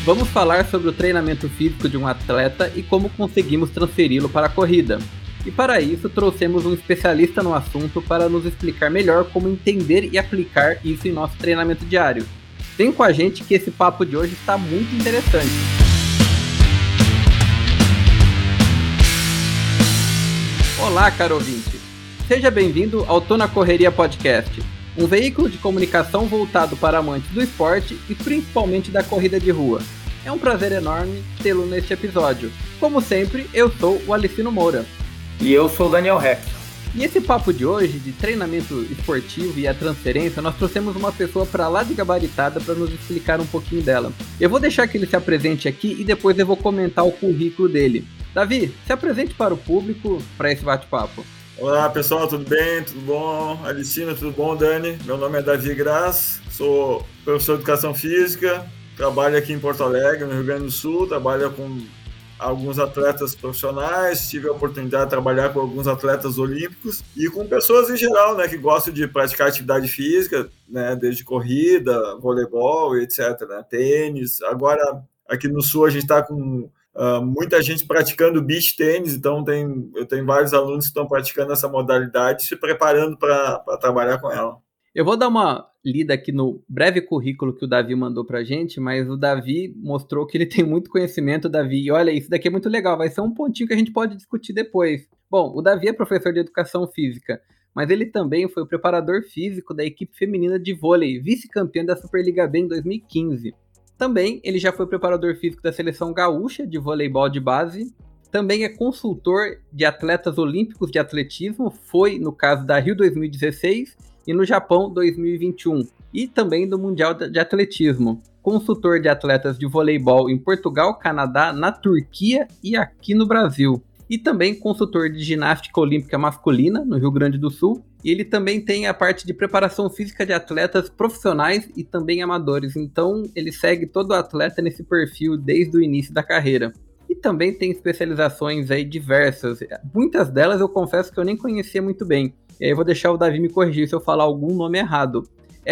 vamos falar sobre o treinamento físico de um atleta e como conseguimos transferi-lo para a corrida. E para isso trouxemos um especialista no assunto para nos explicar melhor como entender e aplicar isso em nosso treinamento diário. Vem com a gente que esse papo de hoje está muito interessante. Olá, caro ouvinte. Seja bem-vindo ao Tô na Correria Podcast, um veículo de comunicação voltado para amantes do esporte e principalmente da corrida de rua. É um prazer enorme tê-lo neste episódio. Como sempre, eu sou o Alicino Moura. E eu sou o Daniel Reck. E esse papo de hoje, de treinamento esportivo e a transferência, nós trouxemos uma pessoa para lá de gabaritada para nos explicar um pouquinho dela. Eu vou deixar que ele se apresente aqui e depois eu vou comentar o currículo dele. Davi, se apresente para o público para esse bate-papo. Olá pessoal, tudo bem? Tudo bom? Alicina, tudo bom, Dani? Meu nome é Davi Graz, sou professor de Educação Física, trabalho aqui em Porto Alegre, no Rio Grande do Sul, trabalho com alguns atletas profissionais, tive a oportunidade de trabalhar com alguns atletas olímpicos e com pessoas em geral, né, que gostam de praticar atividade física, né, desde corrida, voleibol, etc., né, tênis. Agora, aqui no Sul, a gente está com muita gente praticando beach tênis, então eu tenho vários alunos que estão praticando essa modalidade, se preparando para trabalhar com ela. Eu vou dar uma lida aqui no breve currículo que o Davi mandou pra gente, mas o Davi mostrou que ele tem muito conhecimento, Davi, e olha, isso daqui é muito legal, vai ser um pontinho que a gente pode discutir depois. Bom, o Davi é professor de Educação Física, mas ele também foi o preparador físico da equipe feminina de vôlei, vice-campeã da Superliga B em 2015. Também ele já foi preparador físico da Seleção Gaúcha de voleibol de base. Também é consultor de atletas olímpicos de atletismo, foi no caso da Rio 2016 e no Japão 2021. E também do Mundial de Atletismo. Consultor de atletas de voleibol em Portugal, Canadá, na Turquia e aqui no Brasil. E também consultor de ginástica olímpica masculina no Rio Grande do Sul. E ele também tem a parte de preparação física de atletas profissionais e também amadores. Então ele segue todo atleta nesse perfil desde o início da carreira. E também tem especializações aí diversas. Muitas delas eu confesso que eu nem conhecia muito bem. E aí eu vou deixar o Davi me corrigir se eu falar algum nome errado.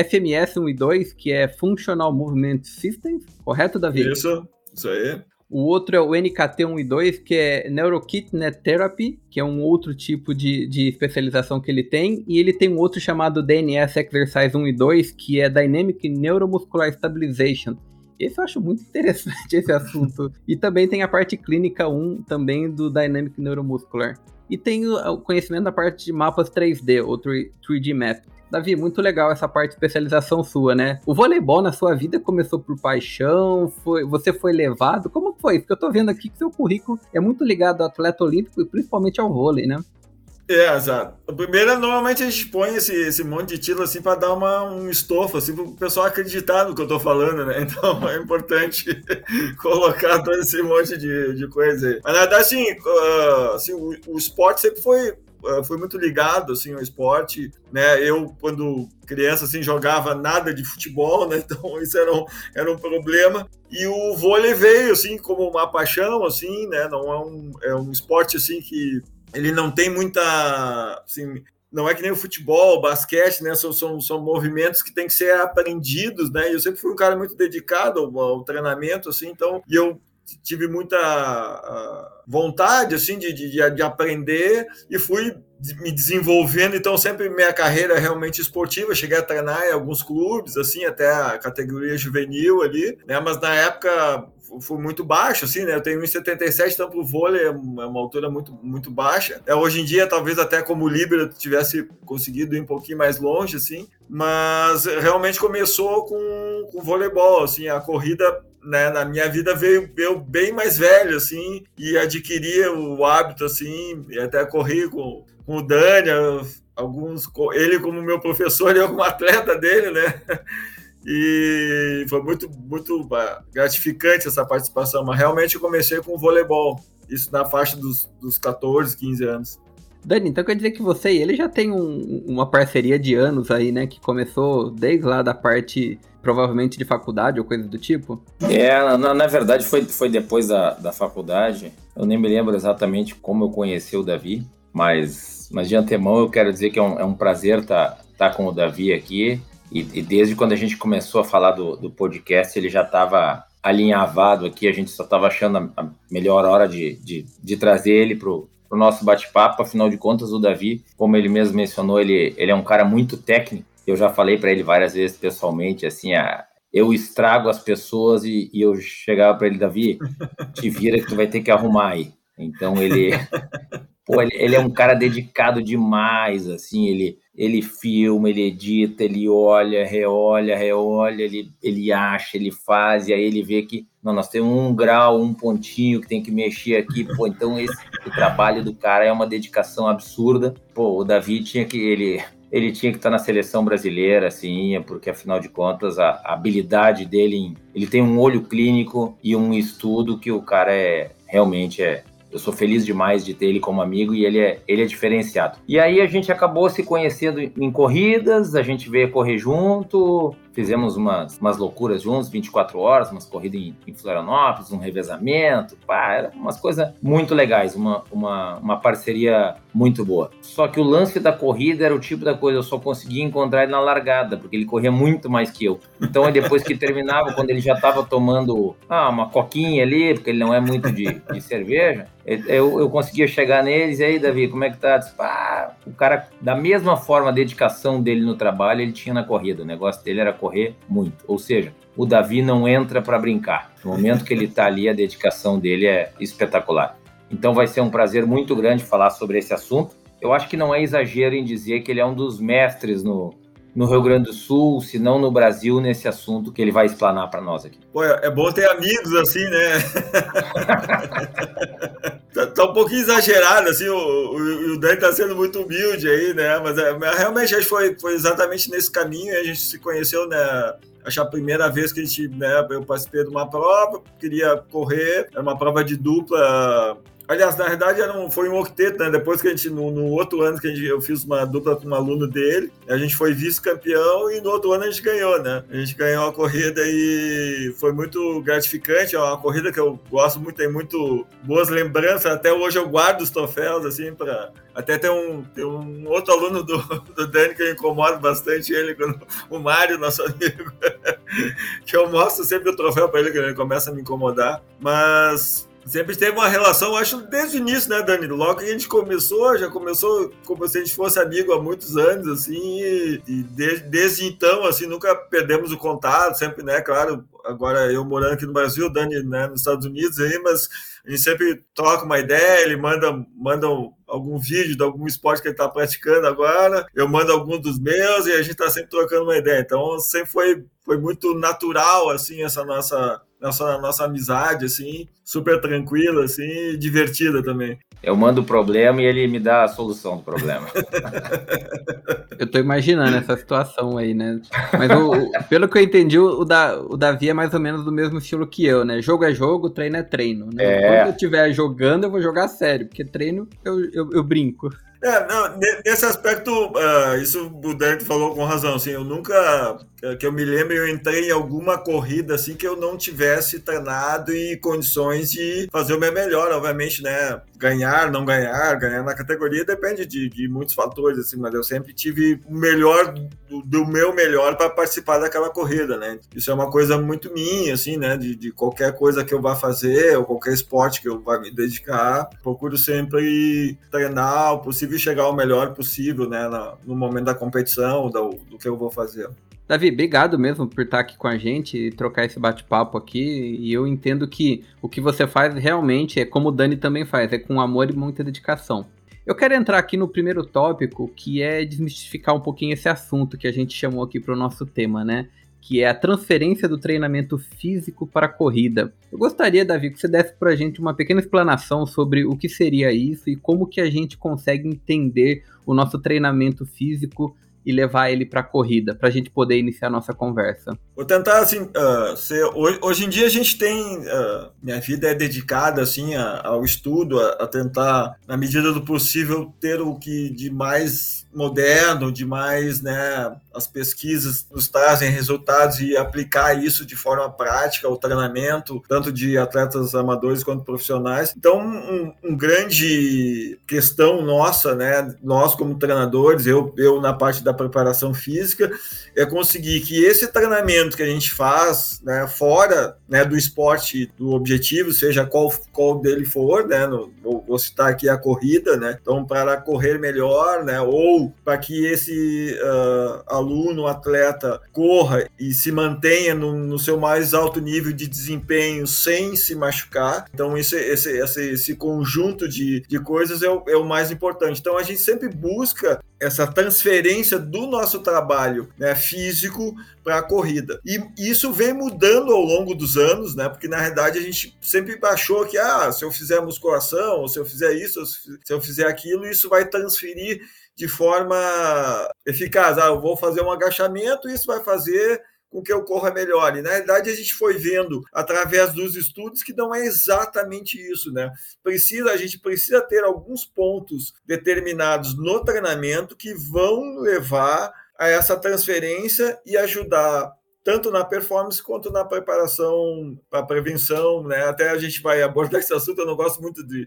FMS 1 e 2, que é Functional Movement Systems, correto, Davi? Isso aí. O outro é o NKT 1 e 2, que é Neurokitnet Therapy, que é um outro tipo de especialização que ele tem. E ele tem um outro chamado DNS Exercise 1 e 2, que é Dynamic Neuromuscular Stabilization. Esse eu acho muito interessante, esse assunto. E também tem a parte clínica 1, também do Dynamic Neuromuscular. E tem o conhecimento da parte de mapas 3D, ou 3D Map. Davi, muito legal essa parte de especialização sua, né? O voleibol na sua vida começou por paixão? Você foi levado? Como foi? Porque eu tô vendo aqui que seu currículo é muito ligado ao atleta olímpico e principalmente ao vôlei, né? Exato. A primeira, normalmente a gente põe esse monte de título assim para dar um estofo, assim, para o pessoal acreditar no que eu estou falando, né? Então é importante colocar todo esse monte de coisa aí. Mas na verdade, assim, o esporte sempre foi muito ligado, assim, ao esporte, né? Eu, quando criança, assim, jogava nada de futebol, né? Então isso era um problema. E o vôlei veio, assim, como uma paixão, assim, né? Não é um esporte, assim, que ele não tem muita, assim, não é que nem o futebol, o basquete, né? São movimentos que têm que ser aprendidos, né? E eu sempre fui um cara muito dedicado ao treinamento, assim, então, e eu tive muita vontade, assim, de aprender e fui me desenvolvendo, então sempre minha carreira é realmente esportiva, cheguei a treinar em alguns clubes, assim, até a categoria juvenil ali, né? Mas na época foi muito baixo, assim, né? Eu tenho 1,77, então pro vôlei é uma altura muito, muito baixa. Hoje em dia, talvez até como líbero eu tivesse conseguido ir um pouquinho mais longe, assim, mas realmente começou com o voleibol, assim, a corrida, né, na minha vida veio bem mais velho, assim, e adquiri o hábito, assim, e até corri com o Dani, ele como meu professor e algum atleta dele, né? E foi muito, muito gratificante essa participação, mas realmente eu comecei com o voleibol, isso na faixa dos 14, 15 anos. Dani, então quer dizer que você e ele já tem uma parceria de anos aí, né, que começou desde lá da parte, provavelmente, de faculdade ou coisa do tipo? Na verdade foi depois da faculdade, eu nem me lembro exatamente como eu conheci o Davi, mas de antemão eu quero dizer que é um prazer estar com o Davi aqui. E desde quando a gente começou a falar do podcast, ele já estava alinhavado aqui, a gente só estava achando a melhor hora de trazer ele para o nosso bate-papo. Afinal de contas, o Davi, como ele mesmo mencionou, ele é um cara muito técnico. Eu já falei para ele várias vezes pessoalmente, assim, eu estrago as pessoas e eu chegava para ele: Davi, te vira que tu vai ter que arrumar aí. Então ele é um cara dedicado demais, assim, ele filma, ele edita, ele olha, reolha, ele acha, ele faz, e aí ele vê que não, nós temos 1 grau, 1 pontinho que tem que mexer aqui. Então o trabalho do cara é uma dedicação absurda. O Davi ele tinha que estar na seleção brasileira, assim, porque afinal de contas a habilidade dele, ele tem um olho clínico e um estudo que o cara realmente eu sou feliz demais de ter ele como amigo, e ele é diferenciado. E aí a gente acabou se conhecendo em corridas, a gente veio correr junto, fizemos umas loucuras juntos, 24 horas, umas corridas em Florianópolis, um revezamento, eram umas coisas muito legais, uma parceria muito boa. Só que o lance da corrida era o tipo da coisa, eu só conseguia encontrar ele na largada, porque ele corria muito mais que eu. Então, depois que terminava, quando ele já estava tomando uma coquinha ali, porque ele não é muito de cerveja, eu conseguia chegar neles: e aí, Davi, como é que tá? O cara, da mesma forma, a dedicação dele no trabalho, ele tinha na corrida. O negócio dele era correr muito. Ou seja, o Davi não entra para brincar. No momento que ele está ali, a dedicação dele é espetacular. Então vai ser um prazer muito grande falar sobre esse assunto. Eu acho que não é exagero em dizer que ele é um dos mestres no Rio Grande do Sul, se não no Brasil, nesse assunto que ele vai explanar para nós aqui. É bom ter amigos assim, né? Tá um pouquinho exagerado, assim, o Dani tá sendo muito humilde aí, né? Mas realmente acho que foi exatamente nesse caminho. A gente se conheceu, né? Acho que a primeira vez que eu participei de uma prova, queria correr, era uma prova de dupla. Aliás, na verdade foi um octeto, né? Depois que no outro ano eu fiz uma dupla com um aluno dele, a gente foi vice-campeão, e no outro ano a gente ganhou, né? A gente ganhou a corrida e foi muito gratificante. É uma corrida que eu gosto muito, tem muito boas lembranças. Até hoje eu guardo os troféus, assim, até tem um outro aluno do Dani que eu incomodo bastante, o Mário, nosso amigo, que eu mostro sempre o troféu para ele, que ele começa a me incomodar. Mas sempre teve uma relação, acho, desde o início, né, Dani? Logo que a gente já começou como se a gente fosse amigo há muitos anos, assim, e desde então, assim, nunca perdemos o contato, sempre, né, claro, agora eu morando aqui no Brasil, o Dani, né, nos Estados Unidos aí, mas a gente sempre troca uma ideia, ele manda algum vídeo de algum esporte que ele está praticando agora, eu mando alguns dos meus, e a gente está sempre trocando uma ideia. Então, sempre foi muito natural, assim, essa nossa amizade, assim, super tranquila, assim, e divertida também. Eu mando o problema e ele me dá a solução do problema. Eu tô imaginando essa situação aí, né? Mas pelo que eu entendi, o Davi é mais ou menos do mesmo estilo que eu, né? Jogo é jogo, treino é treino, né? Quando eu estiver jogando, eu vou jogar sério, porque treino eu brinco. Nesse aspecto, isso o Dante falou com razão, assim, eu nunca, que eu me lembro, eu entrei em alguma corrida, assim, que eu não tivesse treinado e condições de fazer o meu melhor, obviamente, né, ganhar na categoria depende de muitos fatores, assim, mas eu sempre tive o melhor, do meu melhor para participar daquela corrida, né, isso é uma coisa muito minha, assim, né, de qualquer coisa que eu vá fazer, ou qualquer esporte que eu vá me dedicar, procuro sempre treinar o possível e chegar ao melhor possível, né, no momento da competição, do que eu vou fazer. Davi, obrigado mesmo por estar aqui com a gente e trocar esse bate-papo aqui, e eu entendo que o que você faz realmente é como o Dani também faz, é com amor e muita dedicação. Eu quero entrar aqui no primeiro tópico, que é desmistificar um pouquinho esse assunto que a gente chamou aqui para o nosso tema, né? Que é a transferência do treinamento físico para a corrida. Eu gostaria, Davi, que você desse para a gente uma pequena explanação sobre o que seria isso e como que a gente consegue entender o nosso treinamento físico e levar ele para a corrida, para a gente poder iniciar a nossa conversa. Vou tentar, assim, hoje em dia a gente tem, minha vida é dedicada, assim, ao estudo, a tentar, na medida do possível, ter o que de mais moderno, de mais, né, as pesquisas nos trazem resultados e aplicar isso de forma prática ao treinamento, tanto de atletas amadores quanto profissionais. Então, um grande questão nossa, né, nós como treinadores, eu na parte da preparação física, é conseguir que esse treinamento que a gente faz, né, fora, né, do esporte, do objetivo, seja qual dele for, né, vou citar aqui a corrida, né, então para correr melhor, né, ou para que esse aluno, atleta, corra e se mantenha no seu mais alto nível de desempenho sem se machucar. Então esse conjunto de coisas é o mais importante. Então a gente sempre busca essa transferência do nosso trabalho, né, físico para a corrida. E isso vem mudando ao longo dos anos, né, porque na realidade a gente sempre achou que se eu fizer musculação, ou se eu fizer isso, ou se eu fizer aquilo, isso vai transferir de forma eficaz. Eu vou fazer um agachamento e isso vai fazer com que eu corra melhor. E, na realidade, a gente foi vendo, através dos estudos, que não é exatamente isso, né? A gente precisa ter alguns pontos determinados no treinamento que vão levar a essa transferência e ajudar tanto na performance quanto na preparação para prevenção, né? Até a gente vai abordar esse assunto, eu não gosto muito de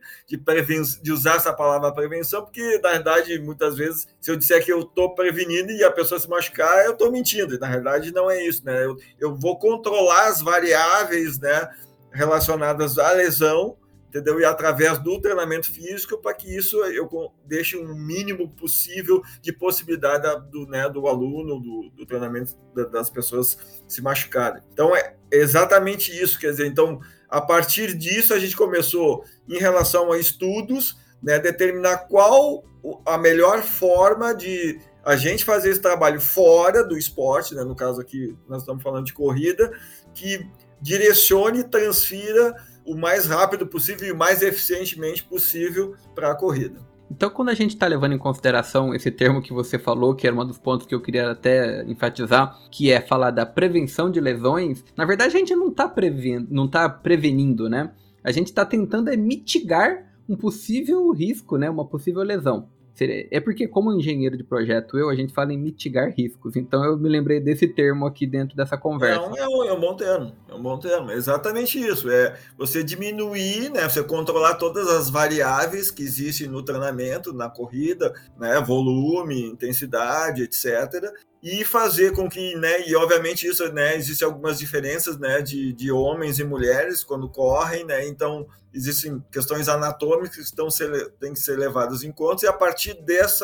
usar essa palavra prevenção, porque, na verdade, muitas vezes, se eu disser que eu estou prevenindo e a pessoa se machucar, eu estou mentindo, e, na realidade, não é isso, né? Eu vou controlar as variáveis, né, relacionadas à lesão, entendeu? E através do treinamento físico, para que isso eu deixe um mínimo possível de possibilidade do aluno, do treinamento das pessoas se machucarem. Então, é exatamente isso, quer dizer, então, a partir disso, a gente começou, em relação a estudos, né, determinar qual a melhor forma de a gente fazer esse trabalho fora do esporte, né, no caso aqui, nós estamos falando de corrida, que direcione e transfira o mais rápido possível e o mais eficientemente possível para a corrida. Então, quando a gente está levando em consideração esse termo que você falou, que era um dos pontos que eu queria até enfatizar, que é falar da prevenção de lesões, na verdade a gente não está prevenindo, né? A gente está tentando mitigar um possível risco, né? Uma possível lesão. É porque, como engenheiro de projeto, a gente fala em mitigar riscos. Então, eu me lembrei desse termo aqui dentro dessa conversa. É um bom termo. É exatamente isso. É você diminuir, né? Você controlar todas as variáveis que existem no treinamento, na corrida, né? Volume, intensidade, etc. E fazer com que, né? E obviamente isso, né? Existem algumas diferenças, né? De homens e mulheres quando correm, né? Então existem questões anatômicas que têm que ser levadas em conta, e a partir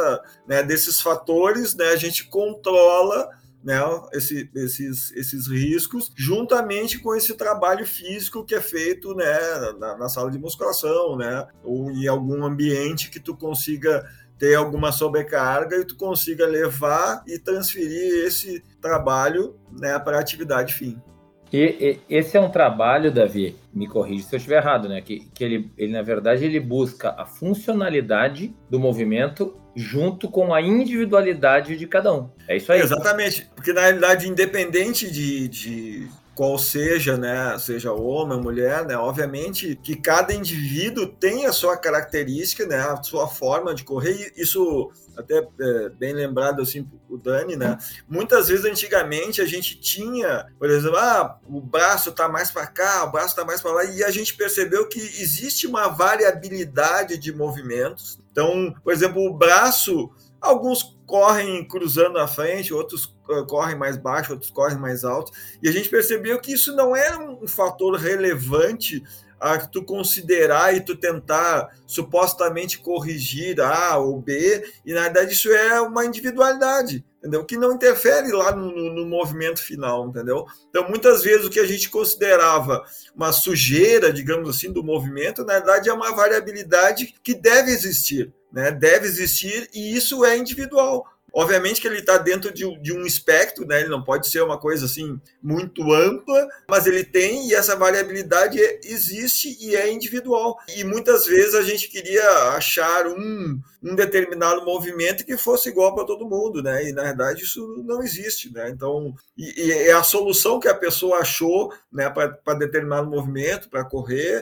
desses fatores, né, a gente controla, né, esses riscos, juntamente com esse trabalho físico que é feito, né, na sala de musculação, né, ou em algum ambiente que tu consiga ter alguma sobrecarga e tu consiga levar e transferir esse trabalho, né, para a atividade fim. E esse é um trabalho, Davi, me corrija se eu estiver errado, né? Que ele, na verdade, ele busca a funcionalidade do movimento junto com a individualidade de cada um. É isso aí. Exatamente, porque na realidade, independente de qual seja, né, seja homem ou mulher, né, obviamente que cada indivíduo tem a sua característica, né, a sua forma de correr, e isso até bem lembrado assim o Dani, né, muitas vezes antigamente a gente tinha, por exemplo, o braço tá mais para cá, o braço tá mais para lá, e a gente percebeu que existe uma variabilidade de movimentos. Então, por exemplo, o braço, alguns correm cruzando a frente, outros correm mais baixo, outros correm mais alto, e a gente percebeu que isso não é um fator relevante a tu considerar e tu tentar supostamente corrigir A ou B, e na verdade isso é uma individualidade, entendeu? Que não interfere lá no movimento final, entendeu? Então, muitas vezes o que a gente considerava uma sujeira, digamos assim, do movimento, na verdade é uma variabilidade que deve existir, né? Deve existir, e isso é individual. Obviamente que ele está dentro de um espectro, né? Ele não pode ser uma coisa assim muito ampla, mas ele tem, e essa variabilidade existe e é individual. E muitas vezes a gente queria achar um determinado movimento que fosse igual para todo mundo, né? E na verdade isso não existe, né? Então, e é a solução que a pessoa achou, né, para determinado movimento, para correr.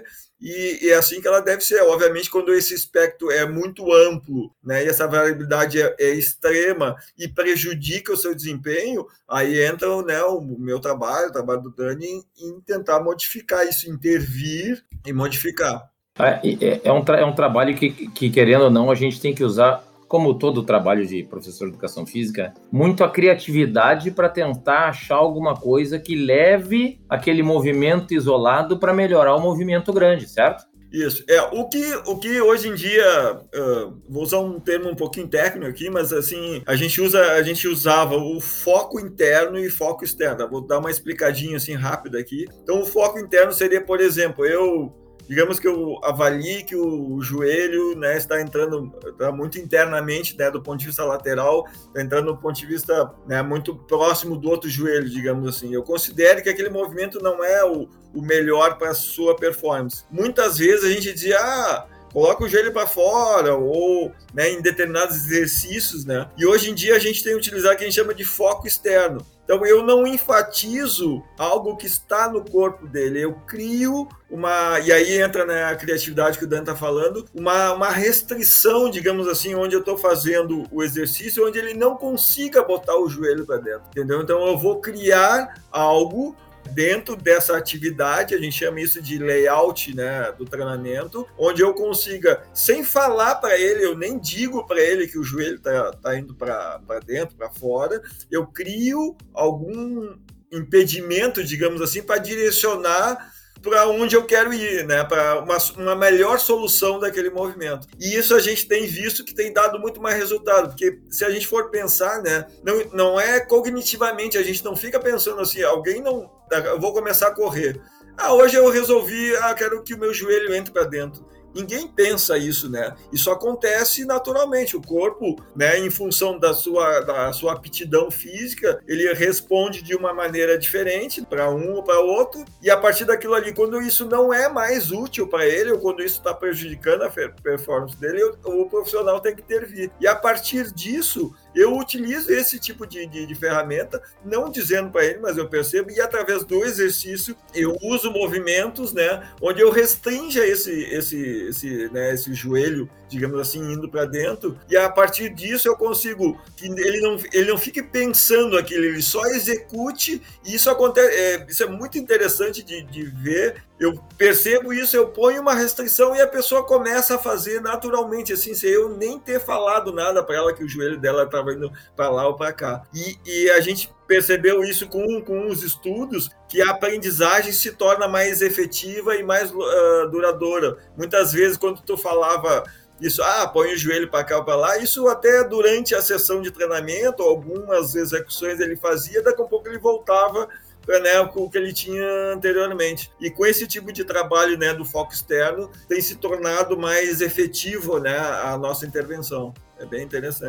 E é assim que ela deve ser. Obviamente, quando esse espectro é muito amplo, né, e essa variabilidade é extrema e prejudica o seu desempenho, aí entra, né, o meu trabalho, o trabalho do Dani, em tentar modificar isso, intervir e modificar. É um trabalho que, querendo ou não, a gente tem que usar como todo o trabalho de professor de educação física, muito a criatividade para tentar achar alguma coisa que leve aquele movimento isolado para melhorar o movimento grande, certo? Isso. O que hoje em dia, vou usar um termo um pouquinho técnico aqui, mas assim, a gente usava o foco interno e foco externo. Vou dar uma explicadinha assim rápida aqui. Então, o foco interno seria, por exemplo, digamos que eu avalie que o joelho, né, está muito internamente, né, do ponto de vista lateral, está entrando do ponto de vista, né, muito próximo do outro joelho, digamos assim. Eu considero que aquele movimento não é o melhor para a sua performance. Muitas vezes a gente dizia, coloca o joelho para fora, ou, né, em determinados exercícios, né? E hoje em dia a gente tem utilizado o que a gente chama de foco externo. Então, eu não enfatizo algo que está no corpo dele, eu crio e aí entra, né, a criatividade que o Dan está falando, uma restrição, digamos assim, onde eu estou fazendo o exercício, onde ele não consiga botar o joelho para dentro, entendeu? Então, eu vou criar algo dentro dessa atividade, a gente chama isso de layout, né, do treinamento, onde eu consiga, sem falar para ele, eu nem digo para ele que o joelho tá indo para dentro, para fora, eu crio algum impedimento, digamos assim, para direcionar para onde eu quero ir, né? Para uma melhor solução daquele movimento. E isso a gente tem visto que tem dado muito mais resultado, porque se a gente for pensar, né, não é cognitivamente, a gente não fica pensando assim, eu vou começar a correr. Hoje eu resolvi, quero que o meu joelho entre para dentro. Ninguém pensa isso, né? Isso acontece naturalmente. O corpo, né, em função da sua aptidão física, ele responde de uma maneira diferente para um ou para outro. E a partir daquilo ali, quando isso não é mais útil para ele, ou quando isso está prejudicando a performance dele, o profissional tem que intervir. E a partir disso, eu utilizo esse tipo de ferramenta, não dizendo para ele, mas eu percebo, e através do exercício, eu uso movimentos, né, onde eu restrinja esse joelho, digamos assim, indo para dentro, e a partir disso eu consigo que ele não fique pensando aquilo, ele só execute, e isso acontece, isso é muito interessante de ver. Eu percebo isso, eu ponho uma restrição e a pessoa começa a fazer naturalmente, assim, sem eu nem ter falado nada para ela que o joelho dela estava indo para lá ou para cá. E a gente percebeu isso com os estudos, que a aprendizagem se torna mais efetiva e mais duradoura. Muitas vezes, quando tu falava isso, põe o joelho para cá ou para lá, isso até durante a sessão de treinamento, algumas execuções ele fazia, daqui a pouco ele voltava, né, com o que ele tinha anteriormente. E com esse tipo de trabalho, né, do foco externo, tem se tornado mais efetivo, né, a nossa intervenção. É bem interessante.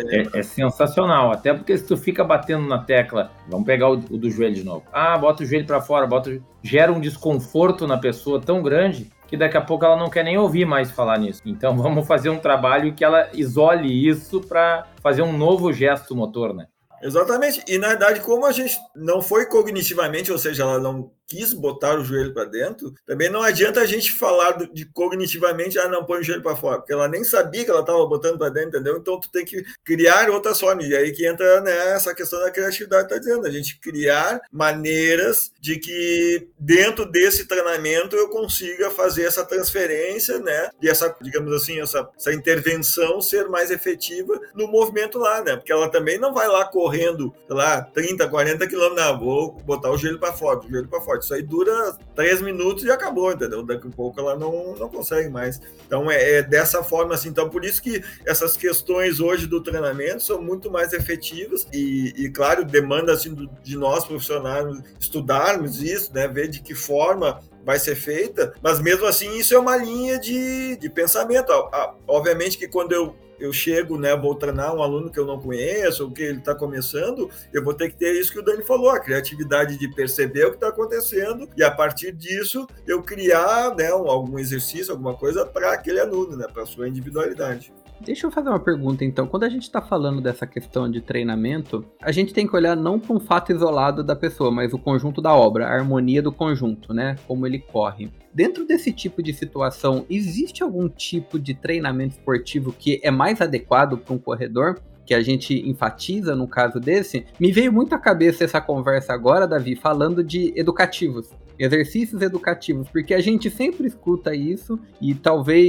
É sensacional, até porque se tu fica batendo na tecla, vamos pegar o do joelho de novo. Bota o joelho para fora, gera um desconforto na pessoa tão grande que daqui a pouco ela não quer nem ouvir mais falar nisso. Então vamos fazer um trabalho que ela isole isso para fazer um novo gesto motor, né? Exatamente. E, na verdade, como a gente não foi cognitivamente, ou seja, ela não quis botar o joelho para dentro, também não adianta a gente falar de cognitivamente, não põe o joelho para fora, porque ela nem sabia que ela estava botando para dentro, entendeu? Então, tu tem que criar outras formas. E aí que entra, né, essa questão da criatividade, tá dizendo, a gente criar maneiras de que dentro desse treinamento eu consiga fazer essa transferência, né, e essa, digamos assim, essa intervenção ser mais efetiva no movimento lá, né? Porque ela também não vai lá correndo, sei lá, 30, 40 quilômetros, vou botar o joelho para fora, Isso aí dura 3 minutos e acabou, entendeu? Daqui a pouco ela não consegue mais. Então, é dessa forma, assim. Então, por isso que essas questões hoje do treinamento são muito mais efetivas e claro, demanda, assim, de nós profissionais estudarmos isso, né? Ver de que forma vai ser feita, mas mesmo assim isso é uma linha de pensamento. Obviamente que quando eu chego, né, vou treinar um aluno que eu não conheço, ou que ele está começando, eu vou ter que ter isso que o Dani falou, a criatividade de perceber o que está acontecendo e a partir disso eu criar, né, algum exercício, alguma coisa para aquele aluno, né, para a sua individualidade. Deixa eu fazer uma pergunta, então. Quando a gente está falando dessa questão de treinamento, a gente tem que olhar não para um fato isolado da pessoa, mas o conjunto da obra, a harmonia do conjunto, né? Como ele corre. Dentro desse tipo de situação, existe algum tipo de treinamento esportivo que é mais adequado para um corredor? Que a gente enfatiza no caso desse? Me veio muito à cabeça essa conversa agora, Davi, falando de educativos, exercícios educativos, porque a gente sempre escuta isso e talvez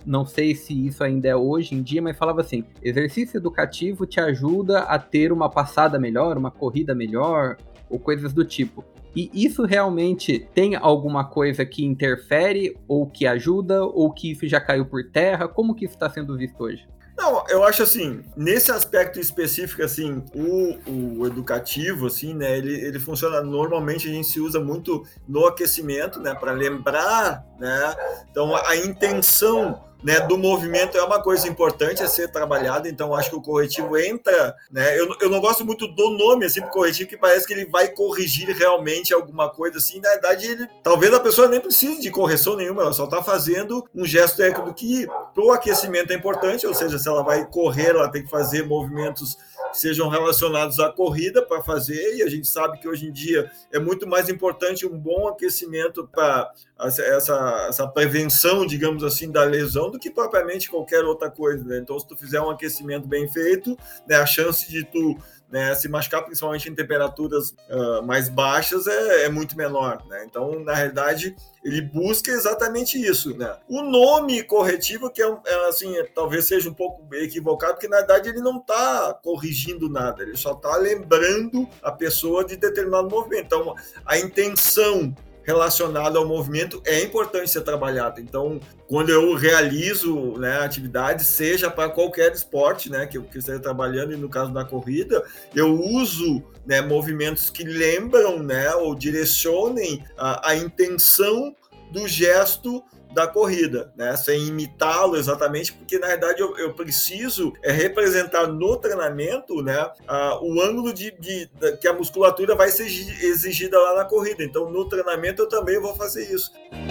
não sei se isso ainda é hoje em dia, mas falava assim, exercício educativo te ajuda a ter uma passada melhor, uma corrida melhor, ou coisas do tipo. E isso realmente tem alguma coisa que interfere, ou que ajuda, ou que isso já caiu por terra? Como que isso está sendo visto hoje? Não, eu acho assim, nesse aspecto específico, assim, o educativo, assim, né, ele funciona, normalmente a gente se usa muito no aquecimento, né, para lembrar, né, então a intenção, né, do movimento é uma coisa importante a ser trabalhada, então acho que o corretivo entra, né, eu não gosto muito do nome, assim, do corretivo, que parece que ele vai corrigir realmente alguma coisa, assim, na verdade, talvez a pessoa nem precise de correção nenhuma, ela só está fazendo um gesto técnico que pro aquecimento é importante, ou seja, se ela vai correr, ela tem que fazer movimentos que sejam relacionados à corrida para fazer, e a gente sabe que hoje em dia é muito mais importante um bom aquecimento para essa prevenção, digamos assim, da lesão, do que propriamente qualquer outra coisa, né? Então, se tu fizer um aquecimento bem feito, né, a chance de tu, né, se machucar, principalmente em temperaturas mais baixas, é muito menor, né? Então, na realidade, ele busca exatamente isso, né? O nome corretivo, que assim, talvez seja um pouco equivocado, porque na verdade ele não está corrigindo nada, ele só está lembrando a pessoa de determinado movimento. Então, a intenção relacionado ao movimento é importante ser trabalhado. Então, quando eu realizo, né, atividades, seja para qualquer esporte, né, que eu esteja trabalhando, e no caso da corrida, eu uso, né, movimentos que lembram, né, ou direcionem a intenção do gesto da corrida, né? Sem imitá-lo exatamente, porque na verdade eu preciso representar no treinamento, né, o ângulo que a musculatura vai ser exigida lá na corrida. Então, no treinamento eu também vou fazer isso.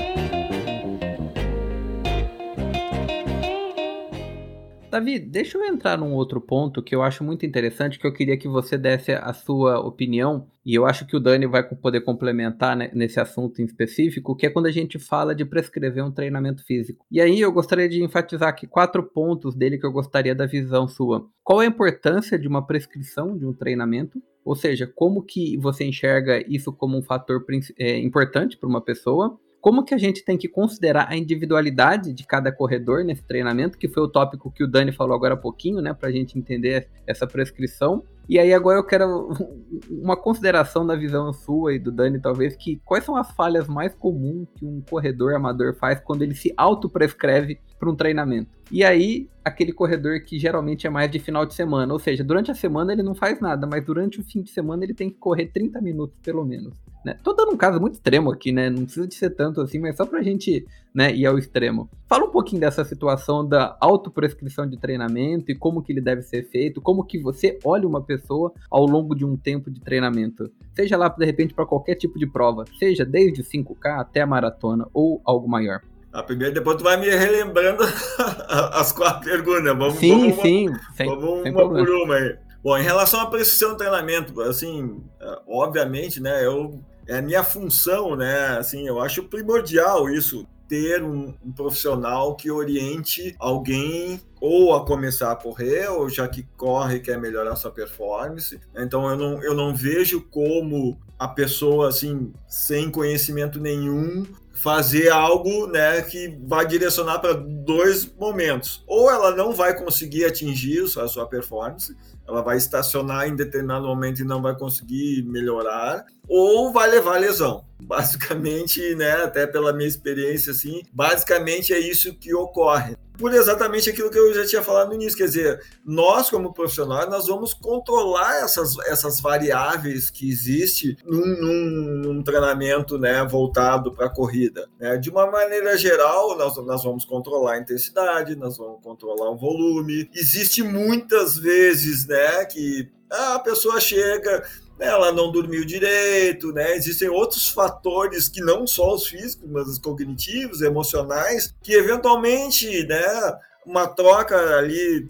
Davi, deixa eu entrar num outro ponto que eu acho muito interessante, que eu queria que você desse a sua opinião, e eu acho que o Dani vai poder complementar, né, nesse assunto em específico, que é quando a gente fala de prescrever um treinamento físico. E aí eu gostaria de enfatizar aqui 4 pontos dele que eu gostaria da visão sua. Qual é a importância de uma prescrição de um treinamento? Ou seja, como que você enxerga isso como um fator importante para uma pessoa? Como que a gente tem que considerar a individualidade de cada corredor nesse treinamento, que foi o tópico que o Dani falou agora há pouquinho, né, para a gente entender essa prescrição. E aí agora eu quero uma consideração da visão sua e do Dani, talvez, que quais são as falhas mais comuns que um corredor amador faz quando ele se autoprescreve para um treinamento. E aí, aquele corredor que geralmente é mais de final de semana, ou seja, durante a semana ele não faz nada, mas durante o fim de semana ele tem que correr 30 minutos pelo menos. Né? Tô dando um caso muito extremo aqui, né? Não precisa de ser tanto assim, mas só pra gente, né, ir ao extremo. Fala um pouquinho dessa situação da autoprescrição de treinamento e como que ele deve ser feito, como que você olha uma pessoa ao longo de um tempo de treinamento. Seja lá, de repente, para qualquer tipo de prova, seja desde 5K até a maratona ou algo maior. Primeiro, depois tu vai me relembrando as 4 perguntas. Vamos uma por uma aí. Bom, em relação à prescrição de treinamento, assim, obviamente, né, é a minha função, né, assim, eu acho primordial isso, ter um profissional que oriente alguém ou a começar a correr, ou já que corre quer melhorar sua performance. Então eu não vejo como a pessoa, assim, sem conhecimento nenhum, fazer algo, né, que vai direcionar para 2 momentos. Ou ela não vai conseguir atingir a sua performance, ela vai estacionar em determinado momento e não vai conseguir melhorar, ou vai levar lesão. Basicamente, né, até pela minha experiência, assim, basicamente é isso que ocorre. Por exatamente aquilo que eu já tinha falado no início, quer dizer, nós como profissionais, nós vamos controlar essas variáveis que existem num treinamento, né, voltado para a corrida. Né? De uma maneira geral, nós vamos controlar a intensidade, nós vamos controlar o volume. Existe muitas vezes, né, que a pessoa chega, ela não dormiu direito, né? Existem outros fatores que não só os físicos, mas os cognitivos, emocionais, que eventualmente, né, uma troca ali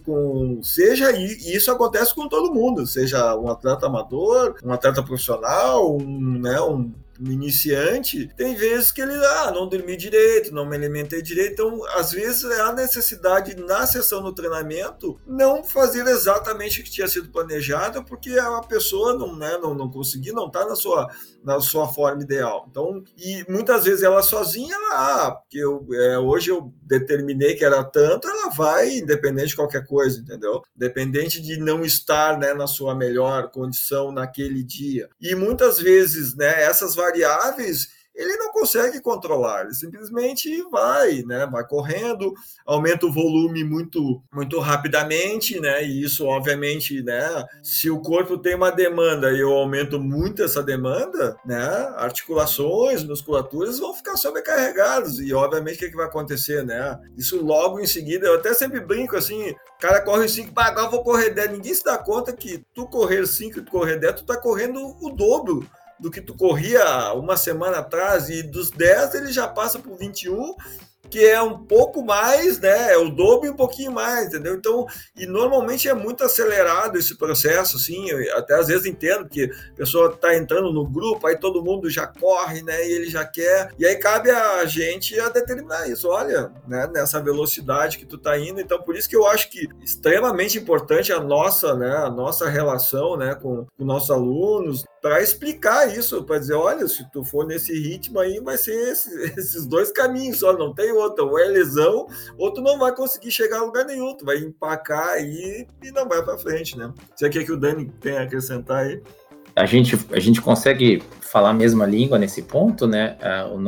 e isso acontece com todo mundo, seja um atleta amador, um atleta profissional, iniciante, tem vezes que ele, não dormi direito, não me alimentei direito, então às vezes é a necessidade na sessão do treinamento não fazer exatamente o que tinha sido planejado, porque a pessoa não conseguiu, não está na sua forma ideal. Então, e muitas vezes ela sozinha, porque hoje eu determinei que era tanto, ela vai, independente de qualquer coisa, entendeu? Dependente de não estar, né, na sua melhor condição naquele dia. E muitas vezes, né, essas variáveis ele não consegue controlar, ele simplesmente vai correndo, aumenta o volume muito, muito rapidamente, né? E isso, obviamente, né? Se o corpo tem uma demanda e eu aumento muito essa demanda, né? Articulações, musculaturas vão ficar sobrecarregadas e, obviamente, o que vai acontecer, né? Isso logo em seguida, eu até sempre brinco assim, o cara corre 5, agora vou correr 10, ninguém se dá conta que tu correr 5 e tu correr 10, tu tá correndo o dobro do que tu corria uma semana atrás, e dos 10 ele já passa por 21, que é um pouco mais, né? É o dobro e um pouquinho mais, entendeu? Então, e normalmente é muito acelerado esse processo, assim, eu até às vezes entendo que a pessoa está entrando no grupo, aí todo mundo já corre, né? E ele já quer, e aí cabe a gente a determinar isso, olha, né? Nessa velocidade que tu tá indo, então por isso que eu acho que extremamente importante a nossa relação, né? Com nossos alunos, para explicar isso, para dizer, olha, se tu for nesse ritmo aí, vai ser esses dois caminhos só, não tem outro, ou é lesão, ou tu não vai conseguir chegar a lugar nenhum, tu vai empacar aí e não vai para frente, né? Você quer que o Dani tenha a acrescentar aí? A gente consegue falar a mesma língua nesse ponto, né? O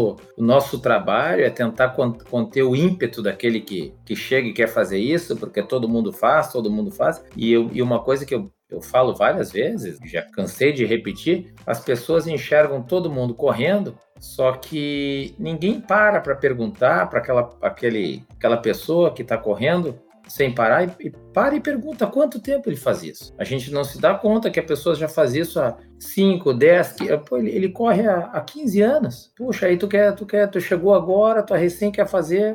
nosso trabalho é tentar conter o ímpeto daquele que chega e quer fazer isso, porque todo mundo faz, e uma coisa que eu falo várias vezes, já cansei de repetir, as pessoas enxergam todo mundo correndo, só que ninguém para perguntar para aquela pessoa que está correndo sem parar para e pergunta quanto tempo ele faz isso. A gente não se dá conta que a pessoa já faz isso há 5, 10, ele corre há 15 anos. Puxa, aí tu chegou agora, tu recém quer fazer,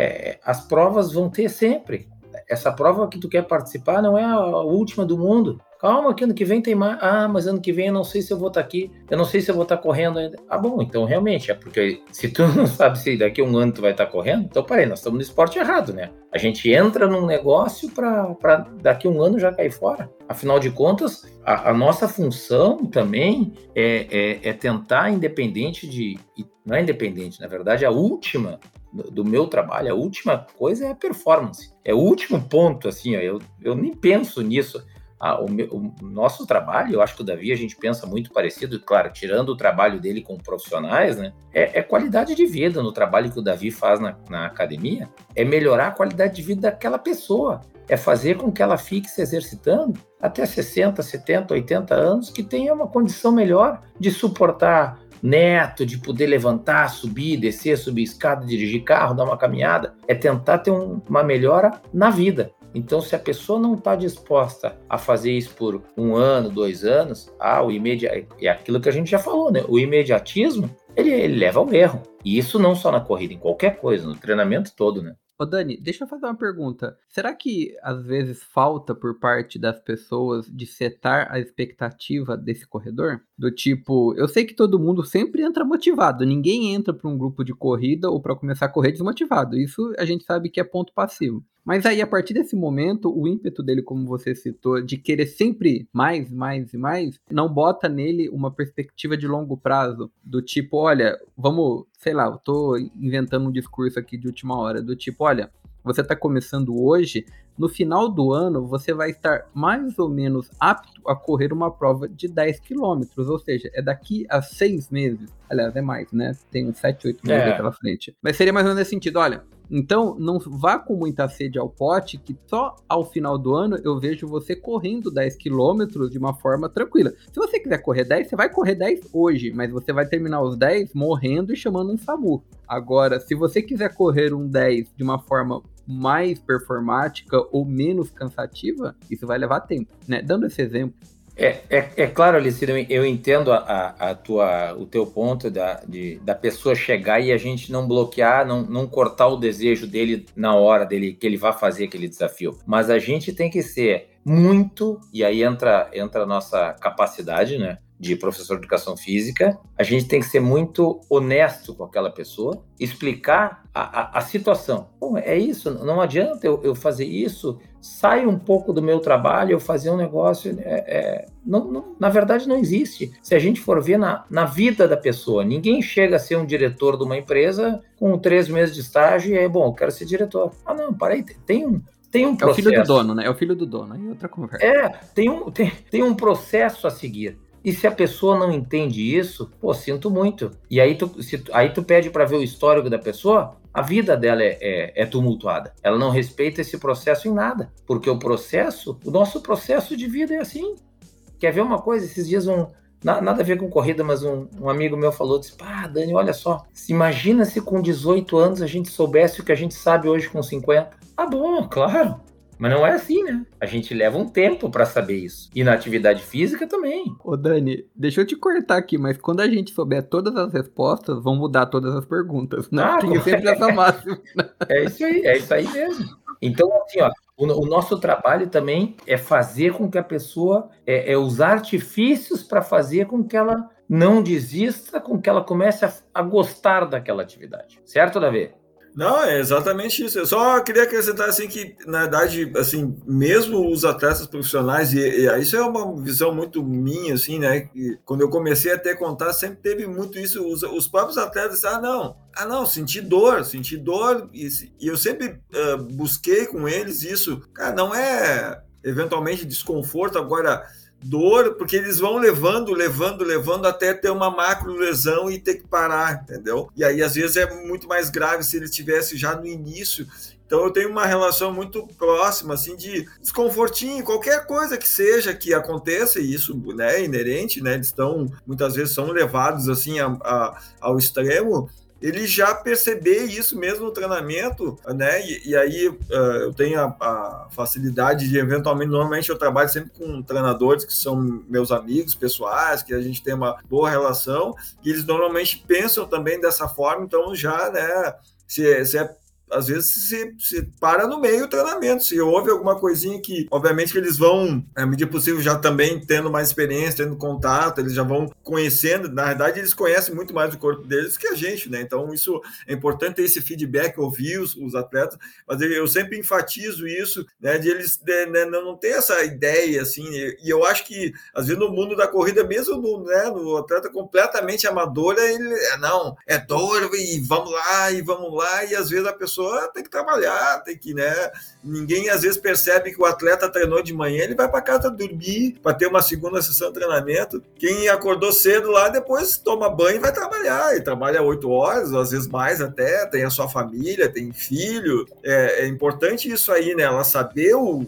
as provas vão ter sempre. Essa prova que tu quer participar não é a última do mundo. Calma, que ano que vem tem mais. Mas ano que vem eu não sei se eu vou estar aqui. Eu não sei se eu vou estar correndo ainda. Bom, então realmente, é porque se tu não sabe se daqui a um ano tu vai estar correndo, então peraí, nós estamos no esporte errado, né? A gente entra num negócio para daqui a um ano já cair fora. Afinal de contas, a nossa função também é tentar, independente não é independente, na verdade, a última do meu trabalho, a última coisa é a performance. É o último ponto, assim, ó, eu nem penso nisso. O nosso trabalho, eu acho que o Davi, a gente pensa muito parecido, claro, tirando o trabalho dele com profissionais, né? É qualidade de vida no trabalho que o Davi faz na academia, é melhorar a qualidade de vida daquela pessoa, é fazer com que ela fique se exercitando até 60, 70, 80 anos, que tenha uma condição melhor de suportar neto, de poder levantar, subir, descer, subir escada, dirigir carro, dar uma caminhada, é tentar ter uma melhora na vida. Então, se a pessoa não está disposta a fazer isso por 1 ano, 2 anos, é aquilo que a gente já falou, né? O imediatismo, ele leva ao erro. E isso não só na corrida, em qualquer coisa, no treinamento todo, né? Ô Dani, deixa eu fazer uma pergunta. Será que às vezes falta por parte das pessoas de setar a expectativa desse corredor? Do tipo, eu sei que todo mundo sempre entra motivado, ninguém entra para um grupo de corrida ou para começar a correr desmotivado. Isso a gente sabe que é ponto passivo. Mas aí, a partir desse momento, o ímpeto dele, como você citou, de querer sempre mais, mais e mais, não bota nele uma perspectiva de longo prazo, do tipo, olha, vamos, sei lá, eu tô inventando um discurso aqui de última hora, do tipo, olha, você está começando hoje, no final do ano você vai estar mais ou menos apto a correr uma prova de 10 quilômetros, ou seja, é daqui a 6 meses, aliás, é mais, né? Tem uns 7, 8 meses pela frente. Mas seria mais ou menos nesse sentido, olha, então não vá com muita sede ao pote, que só ao final do ano eu vejo você correndo 10 quilômetros de uma forma tranquila. Se você quiser correr 10, você vai correr 10 hoje, mas você vai terminar os 10 morrendo e chamando um SAMU. Agora, se você quiser correr um 10 de uma forma mais performática ou menos cansativa, isso vai levar tempo, né? Dando esse exemplo. É claro, Alicino, eu entendo o teu ponto da pessoa chegar e a gente não bloquear, não cortar o desejo dele na hora dele, que ele vai fazer aquele desafio. Mas a gente tem que ser muito, e aí entra a nossa capacidade, né? de professor de educação física, a gente tem que ser muito honesto com aquela pessoa, explicar a situação. Bom, é isso, não adianta eu fazer isso, sai um pouco do meu trabalho, eu fazer um negócio, na verdade não existe. Se a gente for ver na vida da pessoa, ninguém chega a ser um diretor de uma empresa com 3 meses de estágio e aí, bom, eu quero ser diretor. Ah, não, parei, tem um processo. É o filho do dono, né? É o filho do dono, aí outra conversa. Tem um processo a seguir. E se a pessoa não entende isso, pô, sinto muito. E aí tu pede para ver o histórico da pessoa, a vida dela é tumultuada. Ela não respeita esse processo em nada. Porque o nosso processo de vida é assim. Quer ver uma coisa? Esses dias nada a ver com corrida, mas um amigo meu falou, disse, Dani, olha só, imagina se com 18 anos a gente soubesse o que a gente sabe hoje com 50. Ah, bom, claro. Mas não é assim, né? A gente leva um tempo para saber isso. E na atividade física também. Ô, Dani, deixa eu te cortar aqui, mas quando a gente souber todas as respostas, vão mudar todas as perguntas, né? Tem sempre essa máxima. É isso aí mesmo. Então, assim, ó, o nosso trabalho também é fazer com que a pessoa, usar artifícios para fazer com que ela não desista, com que ela comece a gostar daquela atividade. Certo, Davi? Não, é exatamente isso. Eu só queria acrescentar assim que, na verdade, assim, mesmo os atletas profissionais, e isso é uma visão muito minha, assim, né? Que quando eu comecei a ter contato, sempre teve muito isso. Os próprios atletas, senti dor, e eu sempre busquei com eles isso. Cara, não é eventualmente desconforto, agora dor, porque eles vão levando até ter uma macro lesão e ter que parar, entendeu? E aí, às vezes, é muito mais grave se ele tivesse já no início. Então, eu tenho uma relação muito próxima, assim, de desconfortinho, qualquer coisa que seja que aconteça, e isso, né, é inerente, né, eles muitas vezes são levados, assim, ao extremo, ele já perceber isso mesmo no treinamento, né? E aí eu tenho a facilidade de, eventualmente, normalmente eu trabalho sempre com treinadores que são meus amigos pessoais, que a gente tem uma boa relação, e eles normalmente pensam também dessa forma, então já, né? Às vezes se para no meio do treinamento, se houve alguma coisinha que, obviamente que eles vão, à medida possível, já também tendo mais experiência, tendo contato, eles já vão conhecendo, na verdade eles conhecem muito mais o corpo deles que a gente, né? Então isso é importante ter esse feedback, ouvir os atletas, mas eu sempre enfatizo isso, né, de eles não ter essa ideia, assim, e eu acho que, às vezes, no mundo da corrida, mesmo no atleta completamente amador, ele, é dor, e vamos lá, e às vezes a pessoa tem que trabalhar, tem que, né? Ninguém às vezes percebe que o atleta treinou de manhã, ele vai para casa dormir para ter uma segunda sessão de treinamento. Quem acordou cedo lá, depois toma banho e vai trabalhar, e trabalha 8 horas, às vezes mais até, tem a sua família, tem filho. É importante isso aí, né? Ela saber o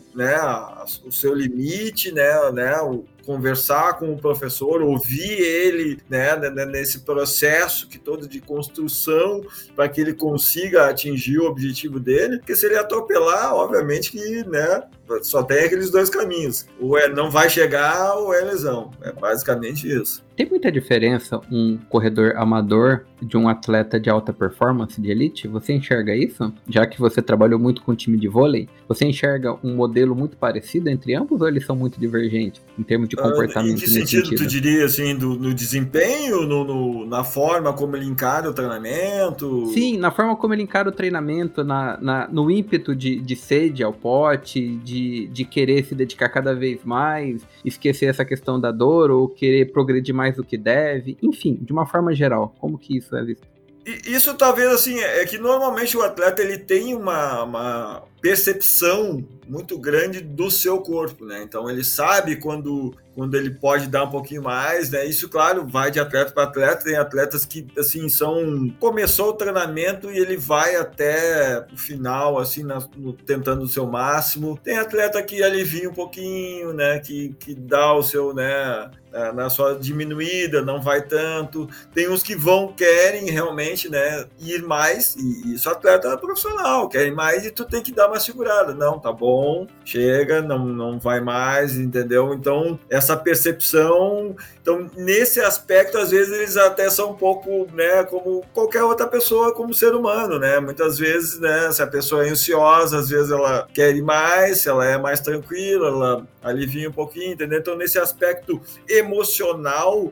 seu limite, né? Conversar com o professor, ouvir ele, né, nesse processo todo de construção para que ele consiga atingir o objetivo dele, porque se ele atropelar, obviamente que, né, só tem aqueles 2 caminhos, ou não vai chegar ou é lesão, é basicamente isso. Tem muita diferença um corredor amador de um atleta de alta performance, de elite? Você enxerga isso? Já que você trabalhou muito com time de vôlei, você enxerga um modelo muito parecido entre ambos ou eles são muito divergentes em termos de comportamento? Em que sentido tu diria, assim, no desempenho, na forma como ele encara o treinamento? Sim, na forma como ele encara o treinamento, no ímpeto de sede ao pote, de querer se dedicar cada vez mais, esquecer essa questão da dor ou querer progredir mais do que deve, enfim, de uma forma geral, como que isso é visto? Isso talvez, assim, é que normalmente o atleta ele tem uma percepção muito grande do seu corpo, né? Então ele sabe quando ele pode dar um pouquinho mais, né? Isso, claro, vai de atleta para atleta. Tem atletas que, assim, começou o treinamento e ele vai até o final, assim, tentando o seu máximo. Tem atleta que alivia um pouquinho, né? Que dá o seu, né? Na sua diminuída, não vai tanto. Tem uns que querem realmente, né? Ir mais, e isso atleta profissional, querem mais e tu tem que dar uma segurada. Não, tá bom, chega, não vai mais, entendeu? Então, essa percepção. Então, nesse aspecto, às vezes, eles até são um pouco, né, como qualquer outra pessoa, como ser humano, né? Muitas vezes, né, se a pessoa é ansiosa, às vezes ela quer ir mais, se ela é mais tranquila, ela alivia um pouquinho, entendeu? Então, nesse aspecto emocional,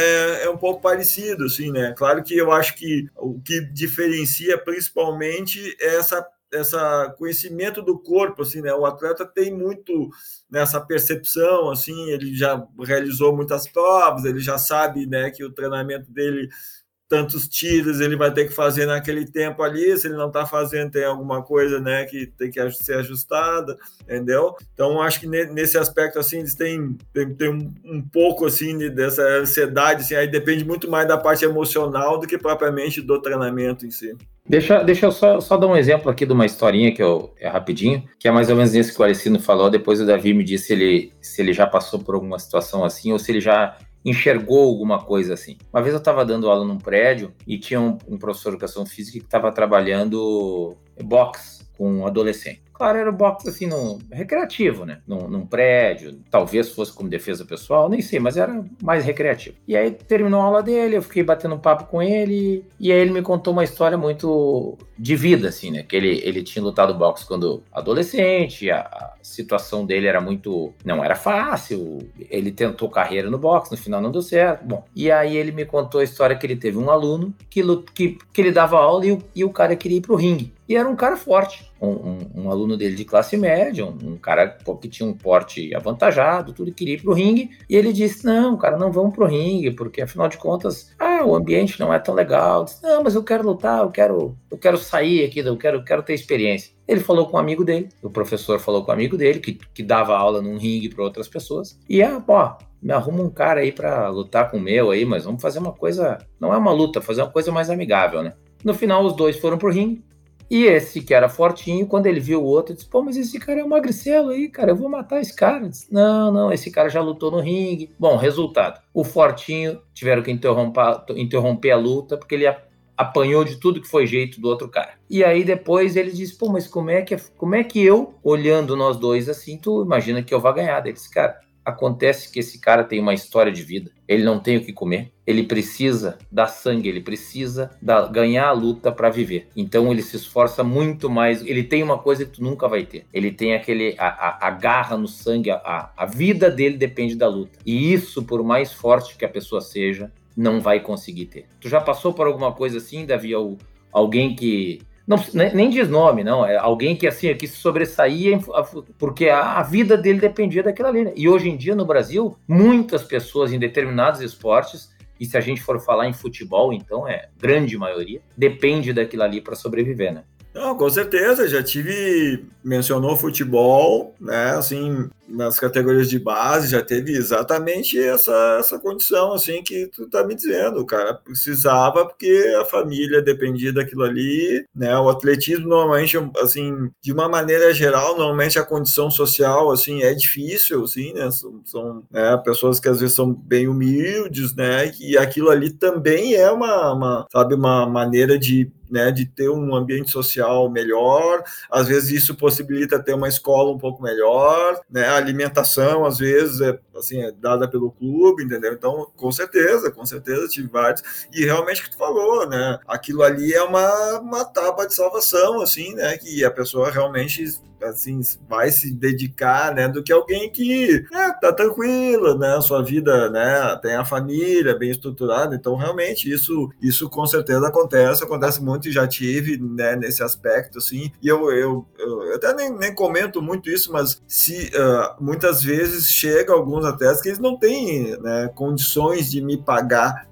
é um pouco parecido, assim, né? Claro que eu acho que o que diferencia, principalmente, é essa conhecimento do corpo, assim, né? O atleta tem muito nessa percepção, assim, ele já realizou muitas provas, ele já sabe, né, que o treinamento dele, tantos tiros ele vai ter que fazer naquele tempo ali, se ele não está fazendo, tem alguma coisa, né, que tem que ser ajustada, entendeu? Então, acho que nesse aspecto, assim, eles têm um pouco, assim, dessa ansiedade, assim, aí depende muito mais da parte emocional do que propriamente do treinamento em si. Deixa eu só dar um exemplo aqui de uma historinha que é rapidinho, que é mais ou menos isso que o Arecino falou. Depois o Davi me disse se ele já passou por alguma situação assim, ou se ele já enxergou alguma coisa assim. Uma vez eu estava dando aula num prédio e tinha um professor de educação física que estava trabalhando boxe com um adolescente. Claro, era boxe assim, recreativo, né? Num prédio, talvez fosse como defesa pessoal, nem sei, mas era mais recreativo. E aí terminou a aula dele, eu fiquei batendo um papo com ele, e aí ele me contou uma história muito de vida, assim, né? Que ele tinha lutado boxe quando adolescente, a situação dele era não era fácil, ele tentou carreira no boxe, no final não deu certo. Bom, e aí ele me contou a história que ele teve um aluno que ele dava aula e o cara queria ir pro ringue. E era um cara forte, um aluno dele de classe média, um cara que tinha um porte avantajado, tudo, queria ir pro ringue. E ele disse, não, cara, não vamos pro ringue, porque afinal de contas, o ambiente não é tão legal. Disse, não, mas eu quero lutar, eu quero sair aqui, eu quero ter experiência. Ele falou com um amigo dele, o professor falou com um amigo dele, que dava aula num ringue para outras pessoas. E, me arruma um cara aí para lutar com o meu aí, mas vamos fazer uma coisa, não é uma luta, fazer uma coisa mais amigável, né? No final, os dois foram pro ringue. E esse que era fortinho, quando ele viu o outro, disse, mas esse cara é um magricelo aí, cara, eu vou matar esse cara. Disse, não, esse cara já lutou no ringue. Bom, resultado, o fortinho tiveram que interromper a luta, porque ele apanhou de tudo que foi jeito do outro cara. E aí depois ele disse, mas como é que eu, olhando nós dois assim, tu imagina que eu vou ganhar? Ele disse, cara, acontece que esse cara tem uma história de vida, ele não tem o que comer, ele precisa dar sangue, ele precisa ganhar a luta para viver. Então ele se esforça muito mais, ele tem uma coisa que tu nunca vai ter, ele tem a garra no sangue, a vida dele depende da luta. E isso, por mais forte que a pessoa seja, não vai conseguir ter. Tu já passou por alguma coisa assim, Davi? Alguém que... Não, nem diz nome, não. É alguém que assim, que se sobressaía porque a vida dele dependia daquilo ali, né? E hoje em dia, no Brasil, muitas pessoas em determinados esportes, e se a gente for falar em futebol, então grande maioria, depende daquilo ali para sobreviver, né? Não, com certeza, mencionou futebol, né, assim, nas categorias de base, já teve exatamente essa condição, assim, que tu tá me dizendo, o cara precisava porque a família dependia daquilo ali, né, o atletismo normalmente, assim, de uma maneira geral, normalmente a condição social, assim, é difícil, assim, né, são pessoas que às vezes são bem humildes, né, e aquilo ali também é uma maneira de ter um ambiente social melhor, às vezes isso possibilita ter uma escola um pouco melhor, né, a alimentação às vezes é dada pelo clube, entendeu? Então, com certeza tive vários, e realmente o que tu falou, né, aquilo ali é uma tábua de salvação, assim, né, que a pessoa realmente, assim, vai se dedicar, né, do que alguém que tá tranquila, né, sua vida, né, tem a família bem estruturada, então realmente isso com certeza acontece muito, e já tive, né, nesse aspecto, assim, e eu até nem comento muito isso, mas muitas vezes chega alguns atletas que eles não têm, né, condições de me pagar,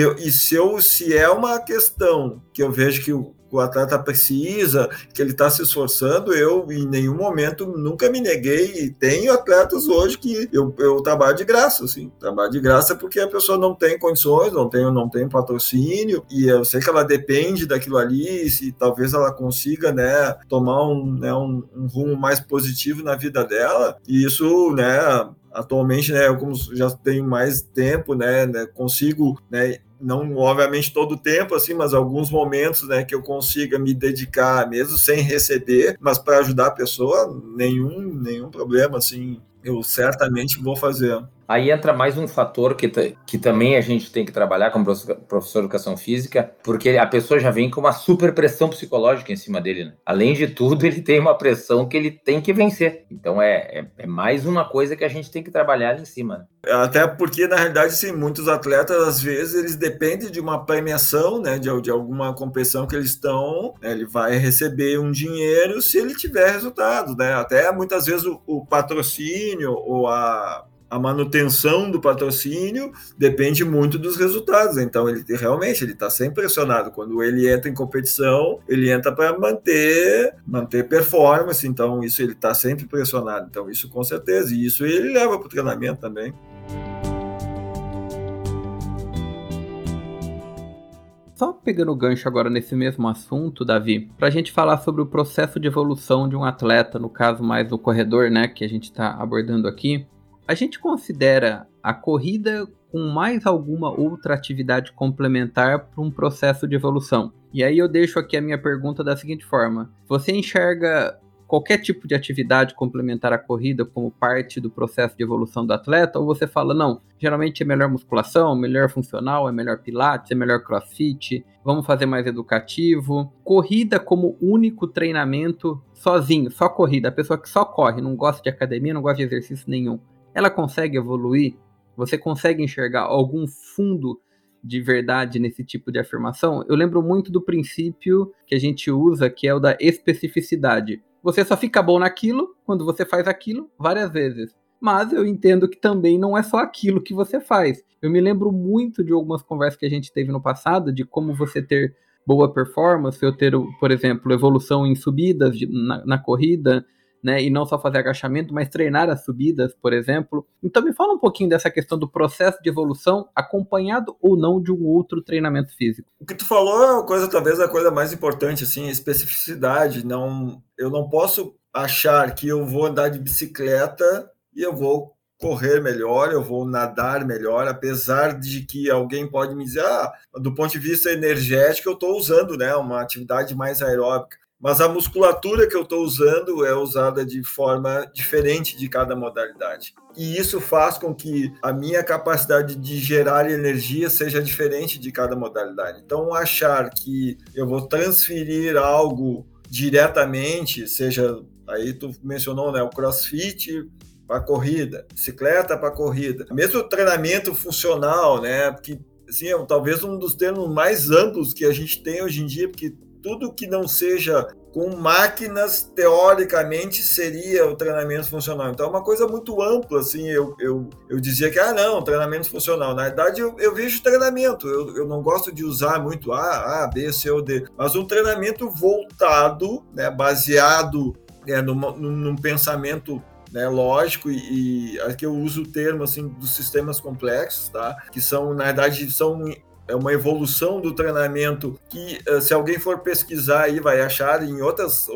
se é uma questão que eu vejo que o atleta precisa, que ele está se esforçando, eu em nenhum momento nunca me neguei, e tenho atletas hoje que eu trabalho de graça, assim, porque a pessoa não tem condições, não tem patrocínio, e eu sei que ela depende daquilo ali, se talvez ela consiga, né, tomar um rumo mais positivo na vida dela, e isso, né, atualmente, né, eu como já tenho mais tempo, né, consigo, né, não obviamente todo o tempo, assim, mas alguns momentos, né, que eu consiga me dedicar, mesmo sem receber, mas para ajudar a pessoa, nenhum problema, assim, eu certamente vou fazer. Aí entra mais um fator que também a gente tem que trabalhar como professor de educação física, porque a pessoa já vem com uma super pressão psicológica em cima dele, né? Além de tudo, ele tem uma pressão que ele tem que vencer. Então é mais uma coisa que a gente tem que trabalhar ali em cima, né? Até porque, na realidade, assim, muitos atletas, às vezes, eles dependem de uma premiação, né, de alguma competição que eles estão, né, ele vai receber um dinheiro se ele tiver resultado, né? Até muitas vezes o patrocínio ou a manutenção do patrocínio depende muito dos resultados. Então, ele realmente está sempre pressionado. Quando ele entra em competição, ele entra para manter performance. Então, isso ele está sempre pressionado. Então, isso com certeza. E isso ele leva para o treinamento também. Só pegando o gancho agora nesse mesmo assunto, Davi, para a gente falar sobre o processo de evolução de um atleta, no caso mais do corredor, né, que a gente está abordando aqui, a gente considera a corrida com mais alguma outra atividade complementar para um processo de evolução? E aí eu deixo aqui a minha pergunta da seguinte forma: você enxerga qualquer tipo de atividade complementar à corrida como parte do processo de evolução do atleta, ou você fala, não, geralmente é melhor musculação, melhor funcional, é melhor pilates, é melhor crossfit, vamos fazer mais educativo? Corrida como único treinamento sozinho, só corrida, a pessoa que só corre, não gosta de academia, não gosta de exercício nenhum, ela consegue evoluir? Você consegue enxergar algum fundo de verdade nesse tipo de afirmação? Eu lembro muito do princípio que a gente usa, que é o da especificidade. Você só fica bom naquilo quando você faz aquilo várias vezes. Mas eu entendo que também não é só aquilo que você faz. Eu me lembro muito de algumas conversas que a gente teve no passado, de como você ter boa performance, eu ter, por exemplo, evolução em subidas na corrida, né, e não só fazer agachamento, mas treinar as subidas, por exemplo. Então me fala um pouquinho dessa questão do processo de evolução, acompanhado ou não de um outro treinamento físico. O que tu falou é talvez a coisa mais importante, assim, a especificidade. Eu não posso achar que eu vou andar de bicicleta e eu vou correr melhor, eu vou nadar melhor, apesar de que alguém pode me dizer, do ponto de vista energético eu estou usando, né, uma atividade mais aeróbica. Mas a musculatura que eu estou usando é usada de forma diferente de cada modalidade. E isso faz com que a minha capacidade de gerar energia seja diferente de cada modalidade. Então, achar que eu vou transferir algo diretamente, seja, aí tu mencionou, né, o crossfit para corrida, bicicleta para corrida, mesmo o treinamento funcional, né, porque assim, é talvez um dos termos mais amplos que a gente tem hoje em dia, porque tudo que não seja com máquinas, teoricamente, seria o treinamento funcional. Então, é uma coisa muito ampla, assim, eu dizia que, não, treinamento funcional. Na verdade, eu vejo treinamento, eu não gosto de usar muito A, B, C ou D, mas um treinamento voltado, né, baseado num pensamento, né, lógico, e aqui eu uso o termo, assim, dos sistemas complexos, tá? Que são, na verdade, é uma evolução do treinamento que, se alguém for pesquisar aí, vai achar em outros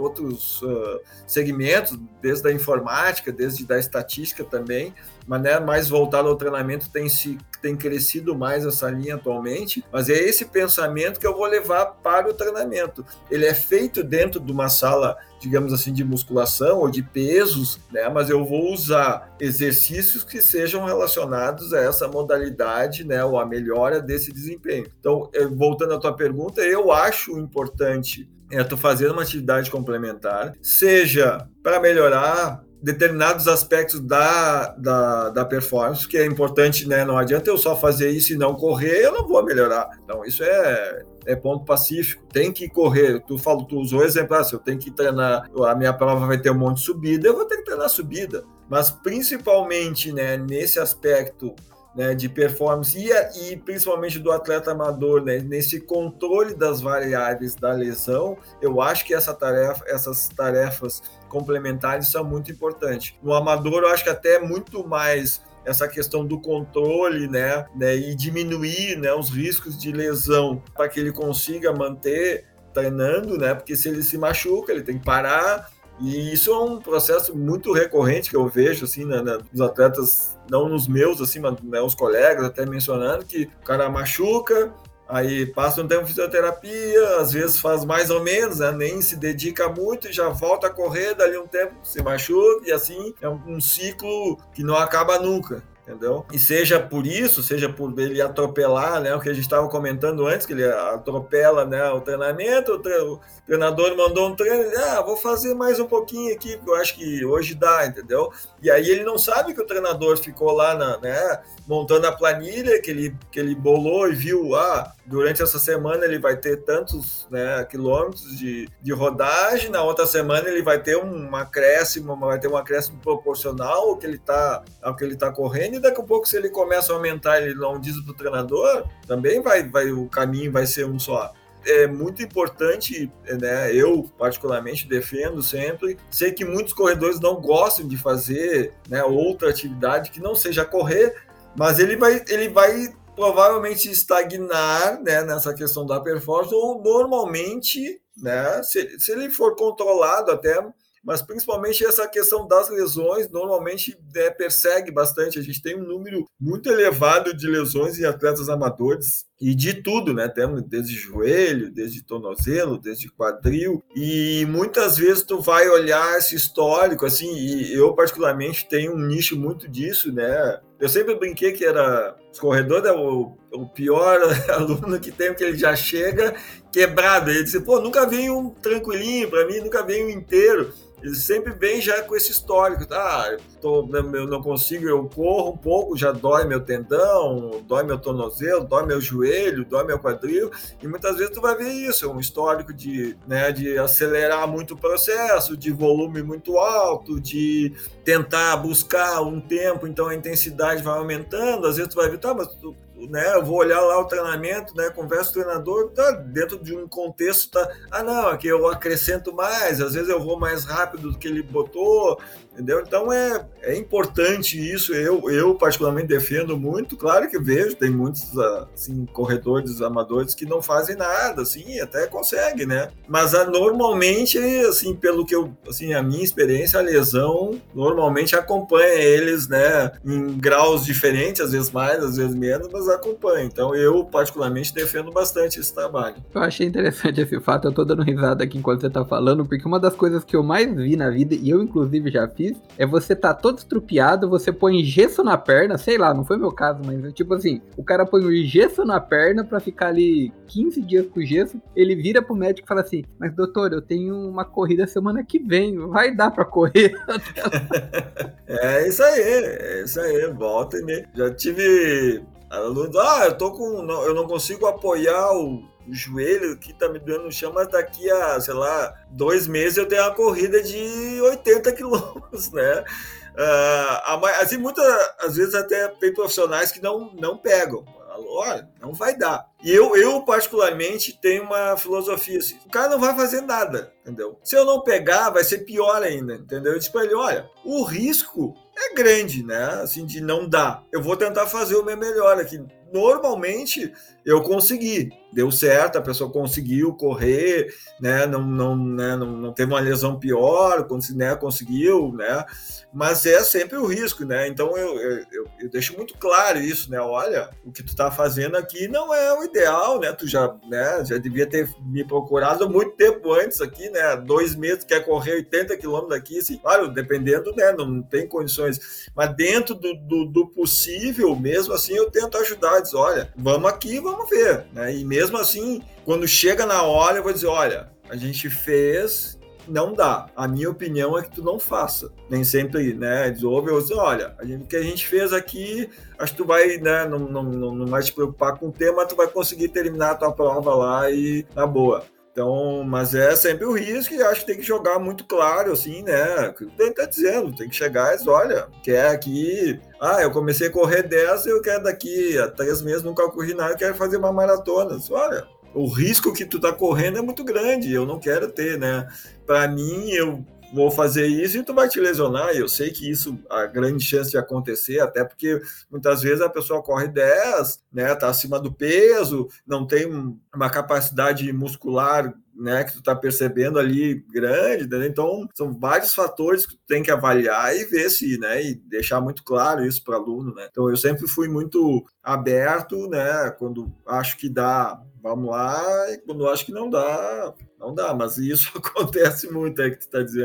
segmentos, desde a informática, desde da estatística também, mas, né, mais voltado ao treinamento tem crescido mais essa linha atualmente, mas é esse pensamento que eu vou levar para o treinamento. Ele é feito dentro de uma sala, digamos assim, de musculação ou de pesos, né? Mas eu vou usar exercícios que sejam relacionados a essa modalidade, né? Ou a melhora desse desempenho. Então, voltando à tua pergunta, eu acho importante tu fazer uma atividade complementar, seja para melhorar determinados aspectos da performance, que é importante, né? Não adianta eu só fazer isso e não correr, eu não vou melhorar. Então, isso é ponto pacífico. Tem que correr. Tu usou o exemplo, se eu tenho que treinar, a minha prova vai ter um monte de subida, eu vou ter que treinar subida. Mas, principalmente, né, nesse aspecto, né, de performance e principalmente do atleta amador, né, nesse controle das variáveis da lesão, eu acho que essas tarefas complementares são muito importantes. No amador, eu acho que até muito mais essa questão do controle, né, e diminuir, né, os riscos de lesão para que ele consiga manter treinando, né, porque se ele se machuca, ele tem que parar. E isso é um processo muito recorrente que eu vejo, assim, nos atletas, não nos meus, assim, mas, né, os colegas até mencionando que o cara machuca, aí passa um tempo de fisioterapia, às vezes faz mais ou menos, né, nem se dedica muito e já volta a correr, dali um tempo se machuca, e assim é um ciclo que não acaba nunca. entendeu? E seja por isso, seja por ele atropelar, né, o que a gente estava comentando antes, que ele atropela, né, o treinamento, o treinador mandou um treino, vou fazer mais um pouquinho aqui, porque eu acho que hoje dá, entendeu? E aí ele não sabe que o treinador ficou lá, né, montando a planilha que ele bolou e viu, durante essa semana ele vai ter tantos, né, quilômetros de rodagem, na outra semana ele vai ter um acréscimo proporcional ao que ele está correndo, e daqui a pouco, se ele começa a aumentar, ele não diz para o treinador, também o caminho vai ser um só. É muito importante, né? Eu particularmente defendo sempre. Sei que muitos corredores não gostam de fazer, né, outra atividade que não seja correr, mas ele vai provavelmente estagnar, né, nessa questão da performance, ou normalmente, né, se ele for controlado até, mas principalmente essa questão das lesões, normalmente persegue bastante. A gente tem um número muito elevado de lesões em atletas amadores, e de tudo, né? Temos desde joelho, desde tornozelo, desde quadril, e muitas vezes tu vai olhar esse histórico, assim, e eu particularmente tenho um nicho muito disso, né? Eu sempre brinquei que o corredor é o pior aluno que tem, porque ele já chega quebrado. Ele disse, nunca vem um tranquilinho para mim, nunca vem um inteiro. Ele sempre vem já com esse histórico. Eu não consigo, eu corro um pouco, já dói meu tendão, dói meu tornozelo, dói meu joelho, dói meu quadril, e muitas vezes tu vai ver isso, um histórico de acelerar muito o processo, de volume muito alto, de tentar buscar um tempo, então a intensidade vai aumentando. Às vezes tu vai ver, mas né, eu vou olhar lá o treinamento, né, converso com o treinador, dentro de um contexto, aqui eu acrescento mais, às vezes eu vou mais rápido do que ele botou, entendeu? Então é importante isso. Eu particularmente defendo muito. Claro que vejo, tem muitos assim, corredores amadores que não fazem nada, assim, até conseguem, né? Mas normalmente, assim, pelo que a minha experiência, a lesão normalmente acompanha eles, né, em graus diferentes, às vezes mais, às vezes menos, mas acompanha. Então eu particularmente defendo bastante esse trabalho. Eu achei interessante esse fato, eu tô dando risada aqui enquanto você tá falando, porque uma das coisas que eu mais vi na vida, e eu inclusive já fiz, é você tá todo estrupiado, você põe gesso na perna, sei lá, não foi meu caso, mas tipo assim, o cara põe o gesso na perna pra ficar ali 15 dias com gesso, ele vira pro médico e fala assim, mas doutor, eu tenho uma corrida semana que vem, vai dar pra correr? É isso aí, volta e meia. Já tive alunos, eu não consigo apoiar o joelho que tá me doendo no chão, mas daqui a, sei lá, 2 meses eu tenho uma corrida de 80 quilômetros, né? Assim, às vezes até tem profissionais que não pegam. Olha, não vai dar. E eu particularmente tenho uma filosofia assim, o cara não vai fazer nada, entendeu? Se eu não pegar, vai ser pior ainda, entendeu? Eu disse pra ele, olha, o risco é grande, né? Assim, de não dar. Eu vou tentar fazer o meu melhor aqui. Normalmente eu consegui, deu certo, a pessoa conseguiu correr, né? Não teve uma lesão pior, conseguiu, né? Mas é sempre o risco, né? Então eu deixo muito claro isso, né? Olha, o que tu tá fazendo aqui não é o ideal, né? Tu já devia ter me procurado muito tempo antes aqui, né? 2 meses, quer correr 80 quilômetros daqui, assim, claro, dependendo, né? Não tem condições, mas dentro do possível, mesmo assim, eu tento ajudar, dizer, olha, vamos aqui, vamos ver, né? E mesmo assim, quando chega na hora, eu vou dizer, olha, a gente fez, não dá. A minha opinião é que tu não faça. Nem sempre, né? Eu digo, olha, o que a gente fez aqui, acho que tu vai, né? Não vai te preocupar com o tema, tu vai conseguir terminar a tua prova lá e na boa. Então, mas é sempre o risco, e acho que tem que jogar muito claro, assim, né? O que ele tá dizendo, tem que chegar e dizer, olha, quer aqui... eu comecei a correr 10, eu quero daqui a 3 meses, nunca corri nada, eu quero fazer uma maratona. Olha, o risco que tu tá correndo é muito grande, eu não quero ter, né? Para mim, eu vou fazer isso e tu vai te lesionar. Eu sei que isso, a grande chance de acontecer, até porque muitas vezes a pessoa corre 10, né, tá acima do peso, não tem uma capacidade muscular, né, que tu tá percebendo ali grande, né? Então são vários fatores que tu tem que avaliar e ver se, né, e deixar muito claro isso para o aluno, né? Então eu sempre fui muito aberto, né, quando acho que dá, vamos lá, e quando acho que não dá, mas isso acontece muito aí que tu tá dizendo.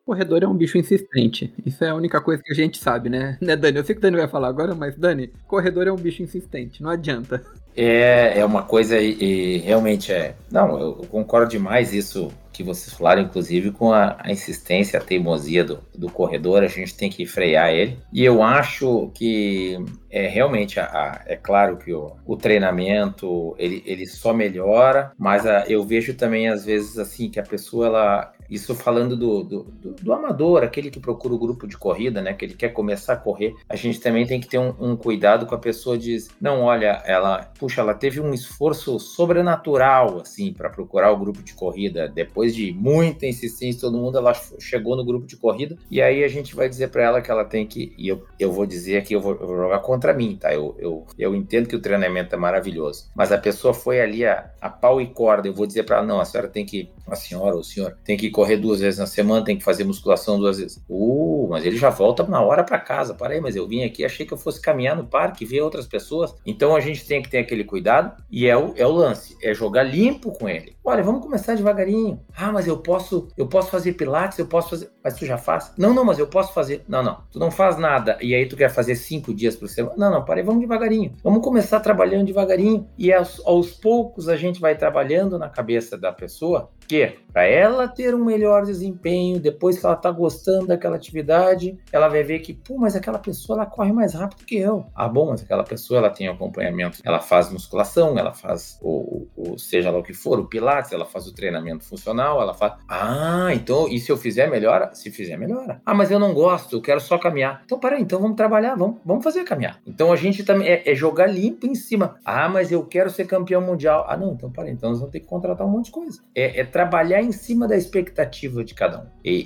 Corredor é um bicho insistente. Isso é a única coisa que a gente sabe, né? Né, Dani? Eu sei que o Dani vai falar agora, mas, Dani, corredor é um bicho insistente. Não adianta. É uma coisa e realmente é... Não, eu concordo demais isso que vocês falaram, inclusive com a insistência, a teimosia do corredor, a gente tem que frear ele. E eu acho que realmente, é claro que o treinamento, ele só melhora, mas eu vejo também, às vezes, assim, que a pessoa, isso falando do amador, aquele que procura o grupo de corrida, né, que ele quer começar a correr, a gente também tem que ter um cuidado com a pessoa, diz, não, olha, ela teve um esforço sobrenatural, assim, para procurar o grupo de corrida, depois de muita insistência, todo mundo, ela chegou no grupo de corrida, e aí a gente vai dizer para ela que ela tem que, e eu vou dizer aqui, eu vou jogar contra mim, tá? Eu entendo que o treinamento é maravilhoso, mas a pessoa foi ali a pau e corda, eu vou dizer para ela, não, a senhora a senhora ou o senhor tem que correr 2 vezes na semana, tem que fazer musculação 2 vezes. Mas ele já volta na hora para casa, parei, mas eu vim aqui, achei que eu fosse caminhar no parque, ver outras pessoas, então a gente tem que ter aquele cuidado, e é o lance, é jogar limpo com ele. Olha, vamos começar devagarinho. Mas eu posso fazer pilates, mas tu já faz? Não, mas eu posso fazer. Não, tu não faz nada, e aí tu quer fazer 5 dias por semana? Não, parei, vamos devagarinho. Vamos começar trabalhando devagarinho, e aos poucos a gente vai trabalhando na cabeça da pessoa, que para ela ter um melhor desempenho, depois que ela tá gostando daquela atividade, ela vai ver que, mas aquela pessoa, ela corre mais rápido que eu. Mas aquela pessoa, ela tem acompanhamento, ela faz musculação, ela faz seja lá o que for, o pilates, ela faz o treinamento funcional, ela faz, então, e se eu fizer, melhora? Se fizer, melhora. Mas eu não gosto, eu quero só caminhar. Então, peraí, então vamos trabalhar, vamos fazer caminhar. Então, a gente também é jogar limpo em cima. Mas eu quero ser campeão mundial. Não, então, peraí, então nós vamos ter que contratar um monte de coisa. É trabalhar em cima da expectativa de cada um.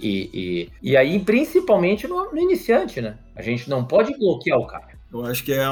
E aí, principalmente no iniciante, né? A gente não pode bloquear o cara. Eu acho que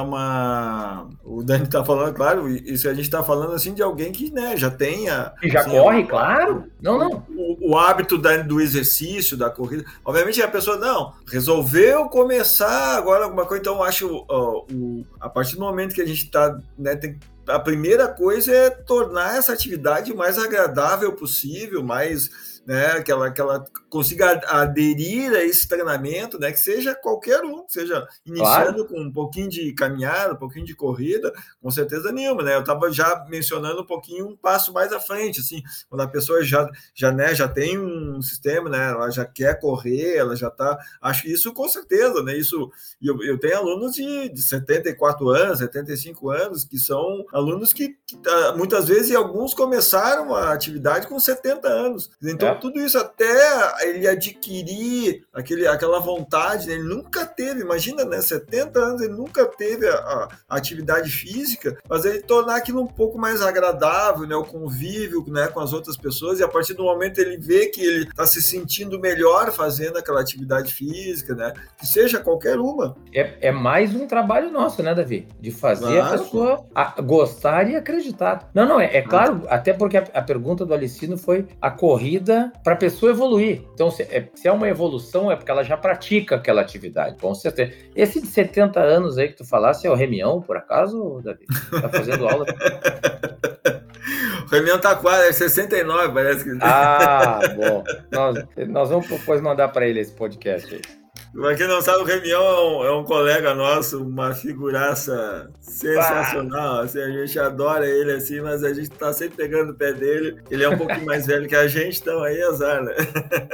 o Dani tá falando, claro, isso a gente tá falando assim de alguém que, né, já tenha... E já assim, corre, claro. Não. O hábito do exercício, da corrida. Obviamente a pessoa, resolveu começar agora alguma coisa, então eu acho, a partir do momento que a gente tá, né, a primeira coisa é tornar essa atividade o mais agradável possível, mais... né, que ela consiga aderir a esse treinamento, né, que seja qualquer um, seja iniciando com um pouquinho de caminhada, um pouquinho de corrida, com certeza nenhuma, né? Eu estava já mencionando um pouquinho um passo mais à frente, assim, quando a pessoa já tem um sistema, né, ela já quer correr, ela já está, acho que isso com certeza, né, isso, eu tenho alunos de 74 anos, 75 anos, que são alunos que muitas vezes, alguns começaram a atividade com 70 anos, então tudo isso até ele adquirir aquela vontade, né? Ele nunca teve, imagina, né, 70 anos, ele nunca teve a atividade física, mas ele tornar aquilo um pouco mais agradável, né, o convívio, né, com as outras pessoas, e a partir do momento ele vê que ele está se sentindo melhor fazendo aquela atividade física, né, que seja qualquer uma. É mais um trabalho nosso, né, Davi? De fazer a pessoa gostar e acreditar. Não, é claro, até porque a pergunta do Alicino foi a corrida para a pessoa evoluir. Então, se é uma evolução, é porque ela já pratica aquela atividade, com certeza. Esse de 70 anos aí que tu falasse é o Remião, por acaso, Davi? Tá fazendo aula? O Remião tá quase, é 69, parece que... Bom. Nós vamos depois mandar para ele esse podcast aí. Pra quem não sabe, o Remião é um colega nosso, uma figuraça sensacional, assim, a gente adora ele, assim, mas a gente tá sempre pegando o pé dele, ele é um pouquinho mais velho que a gente, então aí azar, né?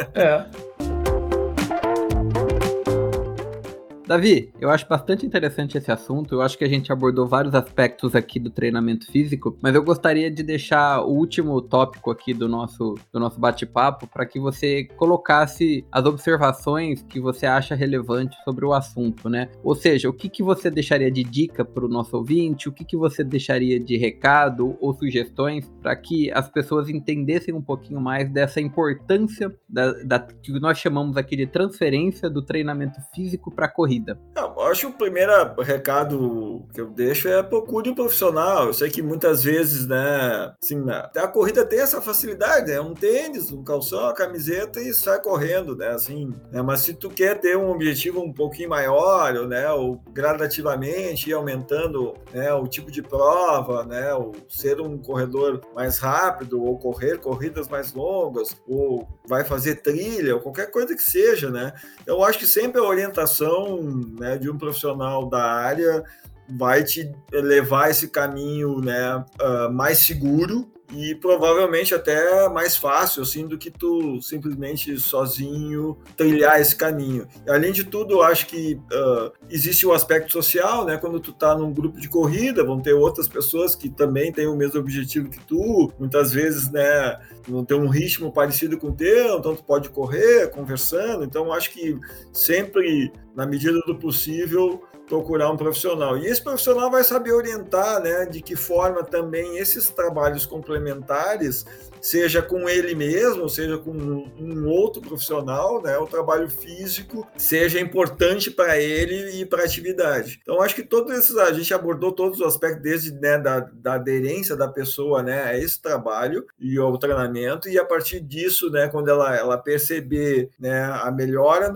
Davi, eu acho bastante interessante esse assunto, eu acho que a gente abordou vários aspectos aqui do treinamento físico, mas eu gostaria de deixar o último tópico aqui do nosso bate-papo para que você colocasse as observações que você acha relevantes sobre o assunto, né? Ou seja, o que você deixaria de dica para o nosso ouvinte, o que você deixaria de recado ou sugestões para que as pessoas entendessem um pouquinho mais dessa importância que nós chamamos aqui de transferência do treinamento físico para a corrida. corrida? Eu acho que o primeiro recado que eu deixo é procure um profissional. Eu sei que muitas vezes, né, assim, até a corrida tem essa facilidade, né? Um tênis, um calção, uma camiseta e sai correndo, né? Assim, né? Mas se tu quer ter um objetivo um pouquinho maior, né, ou gradativamente ir aumentando, né, o tipo de prova, né, ou ser um corredor mais rápido, ou correr corridas mais longas, ou vai fazer trilha, ou qualquer coisa que seja, né? Eu acho que sempre a orientação, né, de um profissional da área vai te levar esse caminho, né, mais seguro e provavelmente até mais fácil, assim, do que tu simplesmente sozinho trilhar esse caminho. E, além de tudo, eu acho que existe o aspecto social, né? Quando tu tá num grupo de corrida, vão ter outras pessoas que também têm o mesmo objetivo que tu, muitas vezes, né, vão ter um ritmo parecido com o teu, então tu pode correr conversando. Então, eu acho que sempre, na medida do possível, procurar um profissional. E esse profissional vai saber orientar, né, de que forma também esses trabalhos complementares, seja com ele mesmo, seja com um outro profissional, né, o trabalho físico seja importante para ele e para a atividade. Então, acho que todos esses, a gente abordou todos os aspectos, desde, né, da aderência da pessoa, né, a esse trabalho e ao treinamento, e a partir disso, né, quando ela perceber, né, a melhora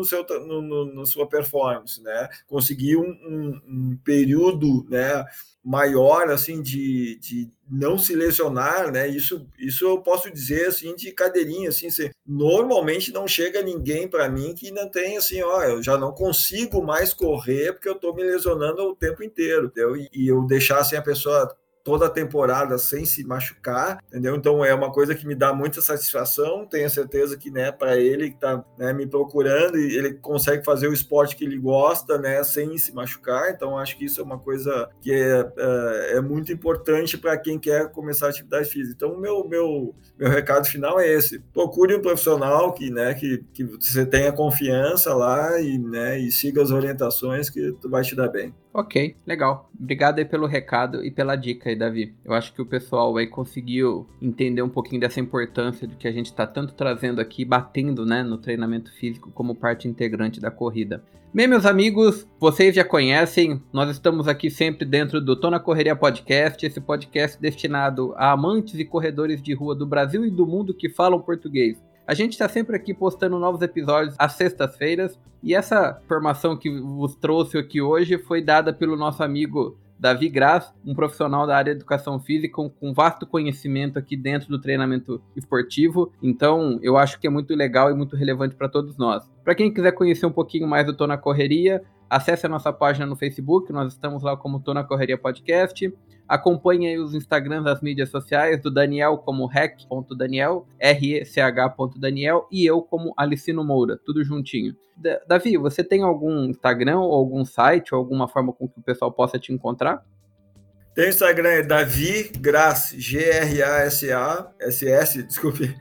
na sua performance, né, conseguir um período, né, maior, assim, de não se lesionar, né? Isso eu posso dizer, assim, de cadeirinha, assim, normalmente não chega ninguém para mim que não tem, assim, eu já não consigo mais correr porque eu estou me lesionando o tempo inteiro, entendeu? E eu deixar, assim, a pessoa toda a temporada sem se machucar, entendeu? Então é uma coisa que me dá muita satisfação, tenho certeza que, né, para ele que está, né, me procurando, e ele consegue fazer o esporte que ele gosta, né, sem se machucar. Então acho que isso é uma coisa que é muito importante para quem quer começar a atividade física. Então meu recado final é esse: procure um profissional que, né, que você tenha confiança lá e, né, e siga as orientações que tu vai te dar bem. Ok, legal. Obrigado aí pelo recado e pela dica aí, Davi. Eu acho que o pessoal aí conseguiu entender um pouquinho dessa importância do que a gente está tanto trazendo aqui, batendo, né, no treinamento físico como parte integrante da corrida. Bem, meus amigos, vocês já conhecem, nós estamos aqui sempre dentro do Tô na Correria Podcast, esse podcast destinado a amantes e corredores de rua do Brasil e do mundo que falam português. A gente está sempre aqui postando novos episódios às sextas-feiras, e essa informação que vos trouxe aqui hoje foi dada pelo nosso amigo Davi Graz, um profissional da área de educação física com vasto conhecimento aqui dentro do treinamento esportivo. Então, eu acho que é muito legal e muito relevante para todos nós. Para quem quiser conhecer um pouquinho mais do Tô na Correria, acesse a nossa página no Facebook, nós estamos lá como Tô na Correria Podcast. Acompanhe aí os Instagrams das mídias sociais, do Daniel como rec.daniel, rech.daniel, e eu como Alicino Moura, tudo juntinho. Davi, você tem algum Instagram ou algum site ou alguma forma com que o pessoal possa te encontrar? Tem o Instagram, é Davi Graz, Grasa, desculpe.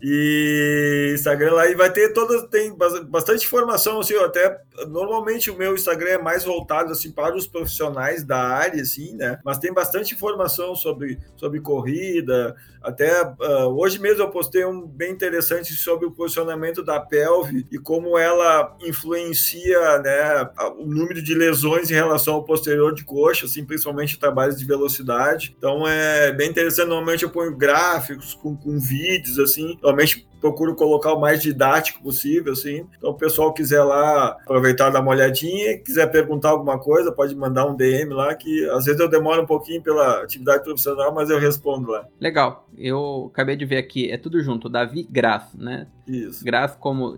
E Instagram lá, e vai ter tem bastante informação, assim, até normalmente o meu Instagram é mais voltado, assim, para os profissionais da área, assim, né, mas tem bastante informação sobre corrida, até hoje mesmo eu postei um bem interessante sobre o posicionamento da pelve e como ela influencia, né, o número de lesões em relação ao posterior de coxa, assim, principalmente em trabalhos de velocidade. Então é bem interessante. Normalmente eu ponho gráficos com vídeos, assim, normalmente procuro colocar o mais didático possível, assim. Então, o pessoal quiser lá aproveitar e dar uma olhadinha, quiser perguntar alguma coisa, pode mandar um DM lá, que às vezes eu demoro um pouquinho pela atividade profissional, mas eu respondo lá. Legal. Eu acabei de ver aqui, é tudo junto, Davi Graz, né? Isso. Graz como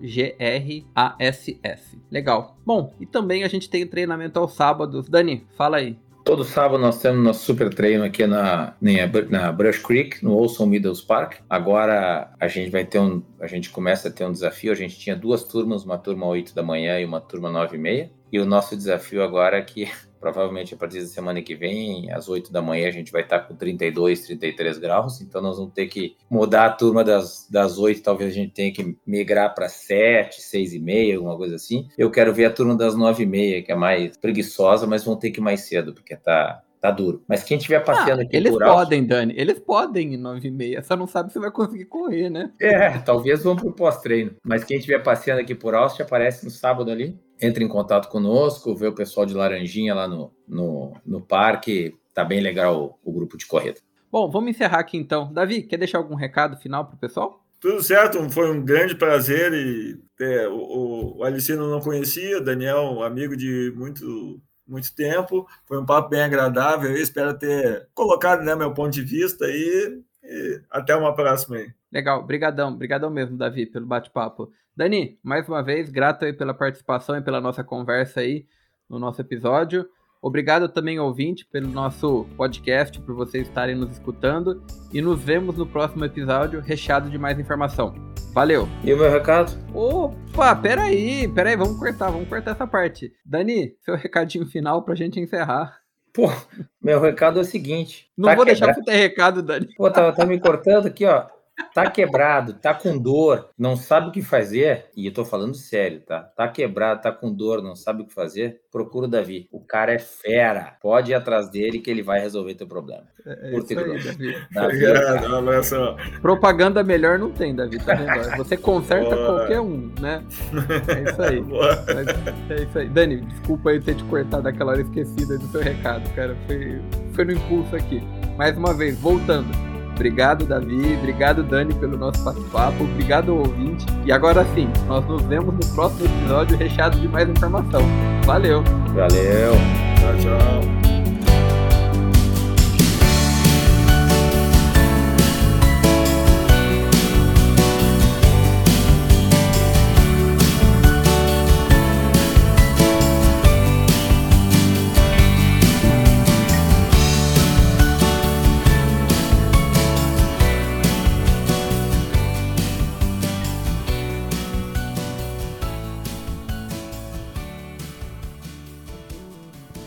Grass. Legal. Bom, e também a gente tem treinamento aos sábados. Dani, fala aí. Todo sábado nós temos nosso super treino aqui na Brush Creek, no Olson Meadows Park. Agora a gente começa a ter um desafio. A gente tinha 2 turmas, uma turma 8 da manhã e uma turma 9h30. E o nosso desafio agora é que provavelmente a partir da semana que vem, às 8 da manhã, a gente vai estar com 32, 33 graus. Então nós vamos ter que mudar a turma das 8, talvez a gente tenha que migrar para 7, 6h30, alguma coisa assim. Eu quero ver a turma das 9h30, que é mais preguiçosa, mas vão ter que ir mais cedo, porque tá duro. Mas quem estiver passeando aqui eles por Alto... podem, Dani. Eles podem em 9h30. Só não sabe se vai conseguir correr, né? Talvez vão pro pós-treino. Mas quem estiver passeando aqui por Alto, aparece no sábado ali. entre em contato conosco, vê o pessoal de Laranjinha lá no parque. Tá bem legal o grupo de corrida. Bom, vamos encerrar aqui então. Davi, quer deixar algum recado final para o pessoal? Tudo certo, foi um grande prazer. E o Alicino não conhecia, o Daniel, um amigo de muito tempo. Foi um papo bem agradável. Eu espero ter colocado, né, meu ponto de vista e até uma próxima aí. Legal, brigadão mesmo, Davi, pelo bate-papo. Dani, mais uma vez, grato aí pela participação e pela nossa conversa aí no nosso episódio. Obrigado também, ouvinte, pelo nosso podcast, por vocês estarem nos escutando. E nos vemos no próximo episódio, recheado de mais informação. Valeu! E o meu recado? Opa, peraí, vamos cortar essa parte. Dani, seu recadinho final pra gente encerrar. Pô, meu recado é o seguinte. Não vou deixar pra ter recado, Dani. Pô, tá me cortando aqui, ó. Tá quebrado, tá com dor, não sabe o que fazer, e eu tô falando sério, tá? Tá quebrado, tá com dor, não sabe o que fazer, procura o Davi. O cara é fera, pode ir atrás dele que ele vai resolver teu problema. Isso aí, Davi. Propaganda melhor não tem, Davi, tá vendo? Você conserta qualquer um, né? É isso aí. É isso aí. Dani, desculpa aí ter te cortado aquela hora esquecida do seu recado, cara. Foi no impulso aqui. Mais uma vez, voltando. Obrigado, Davi. Obrigado, Dani, pelo nosso bate-papo. Obrigado, ouvinte. E agora sim, nós nos vemos no próximo episódio recheado de mais informação. Valeu. Valeu. Tchau, tchau.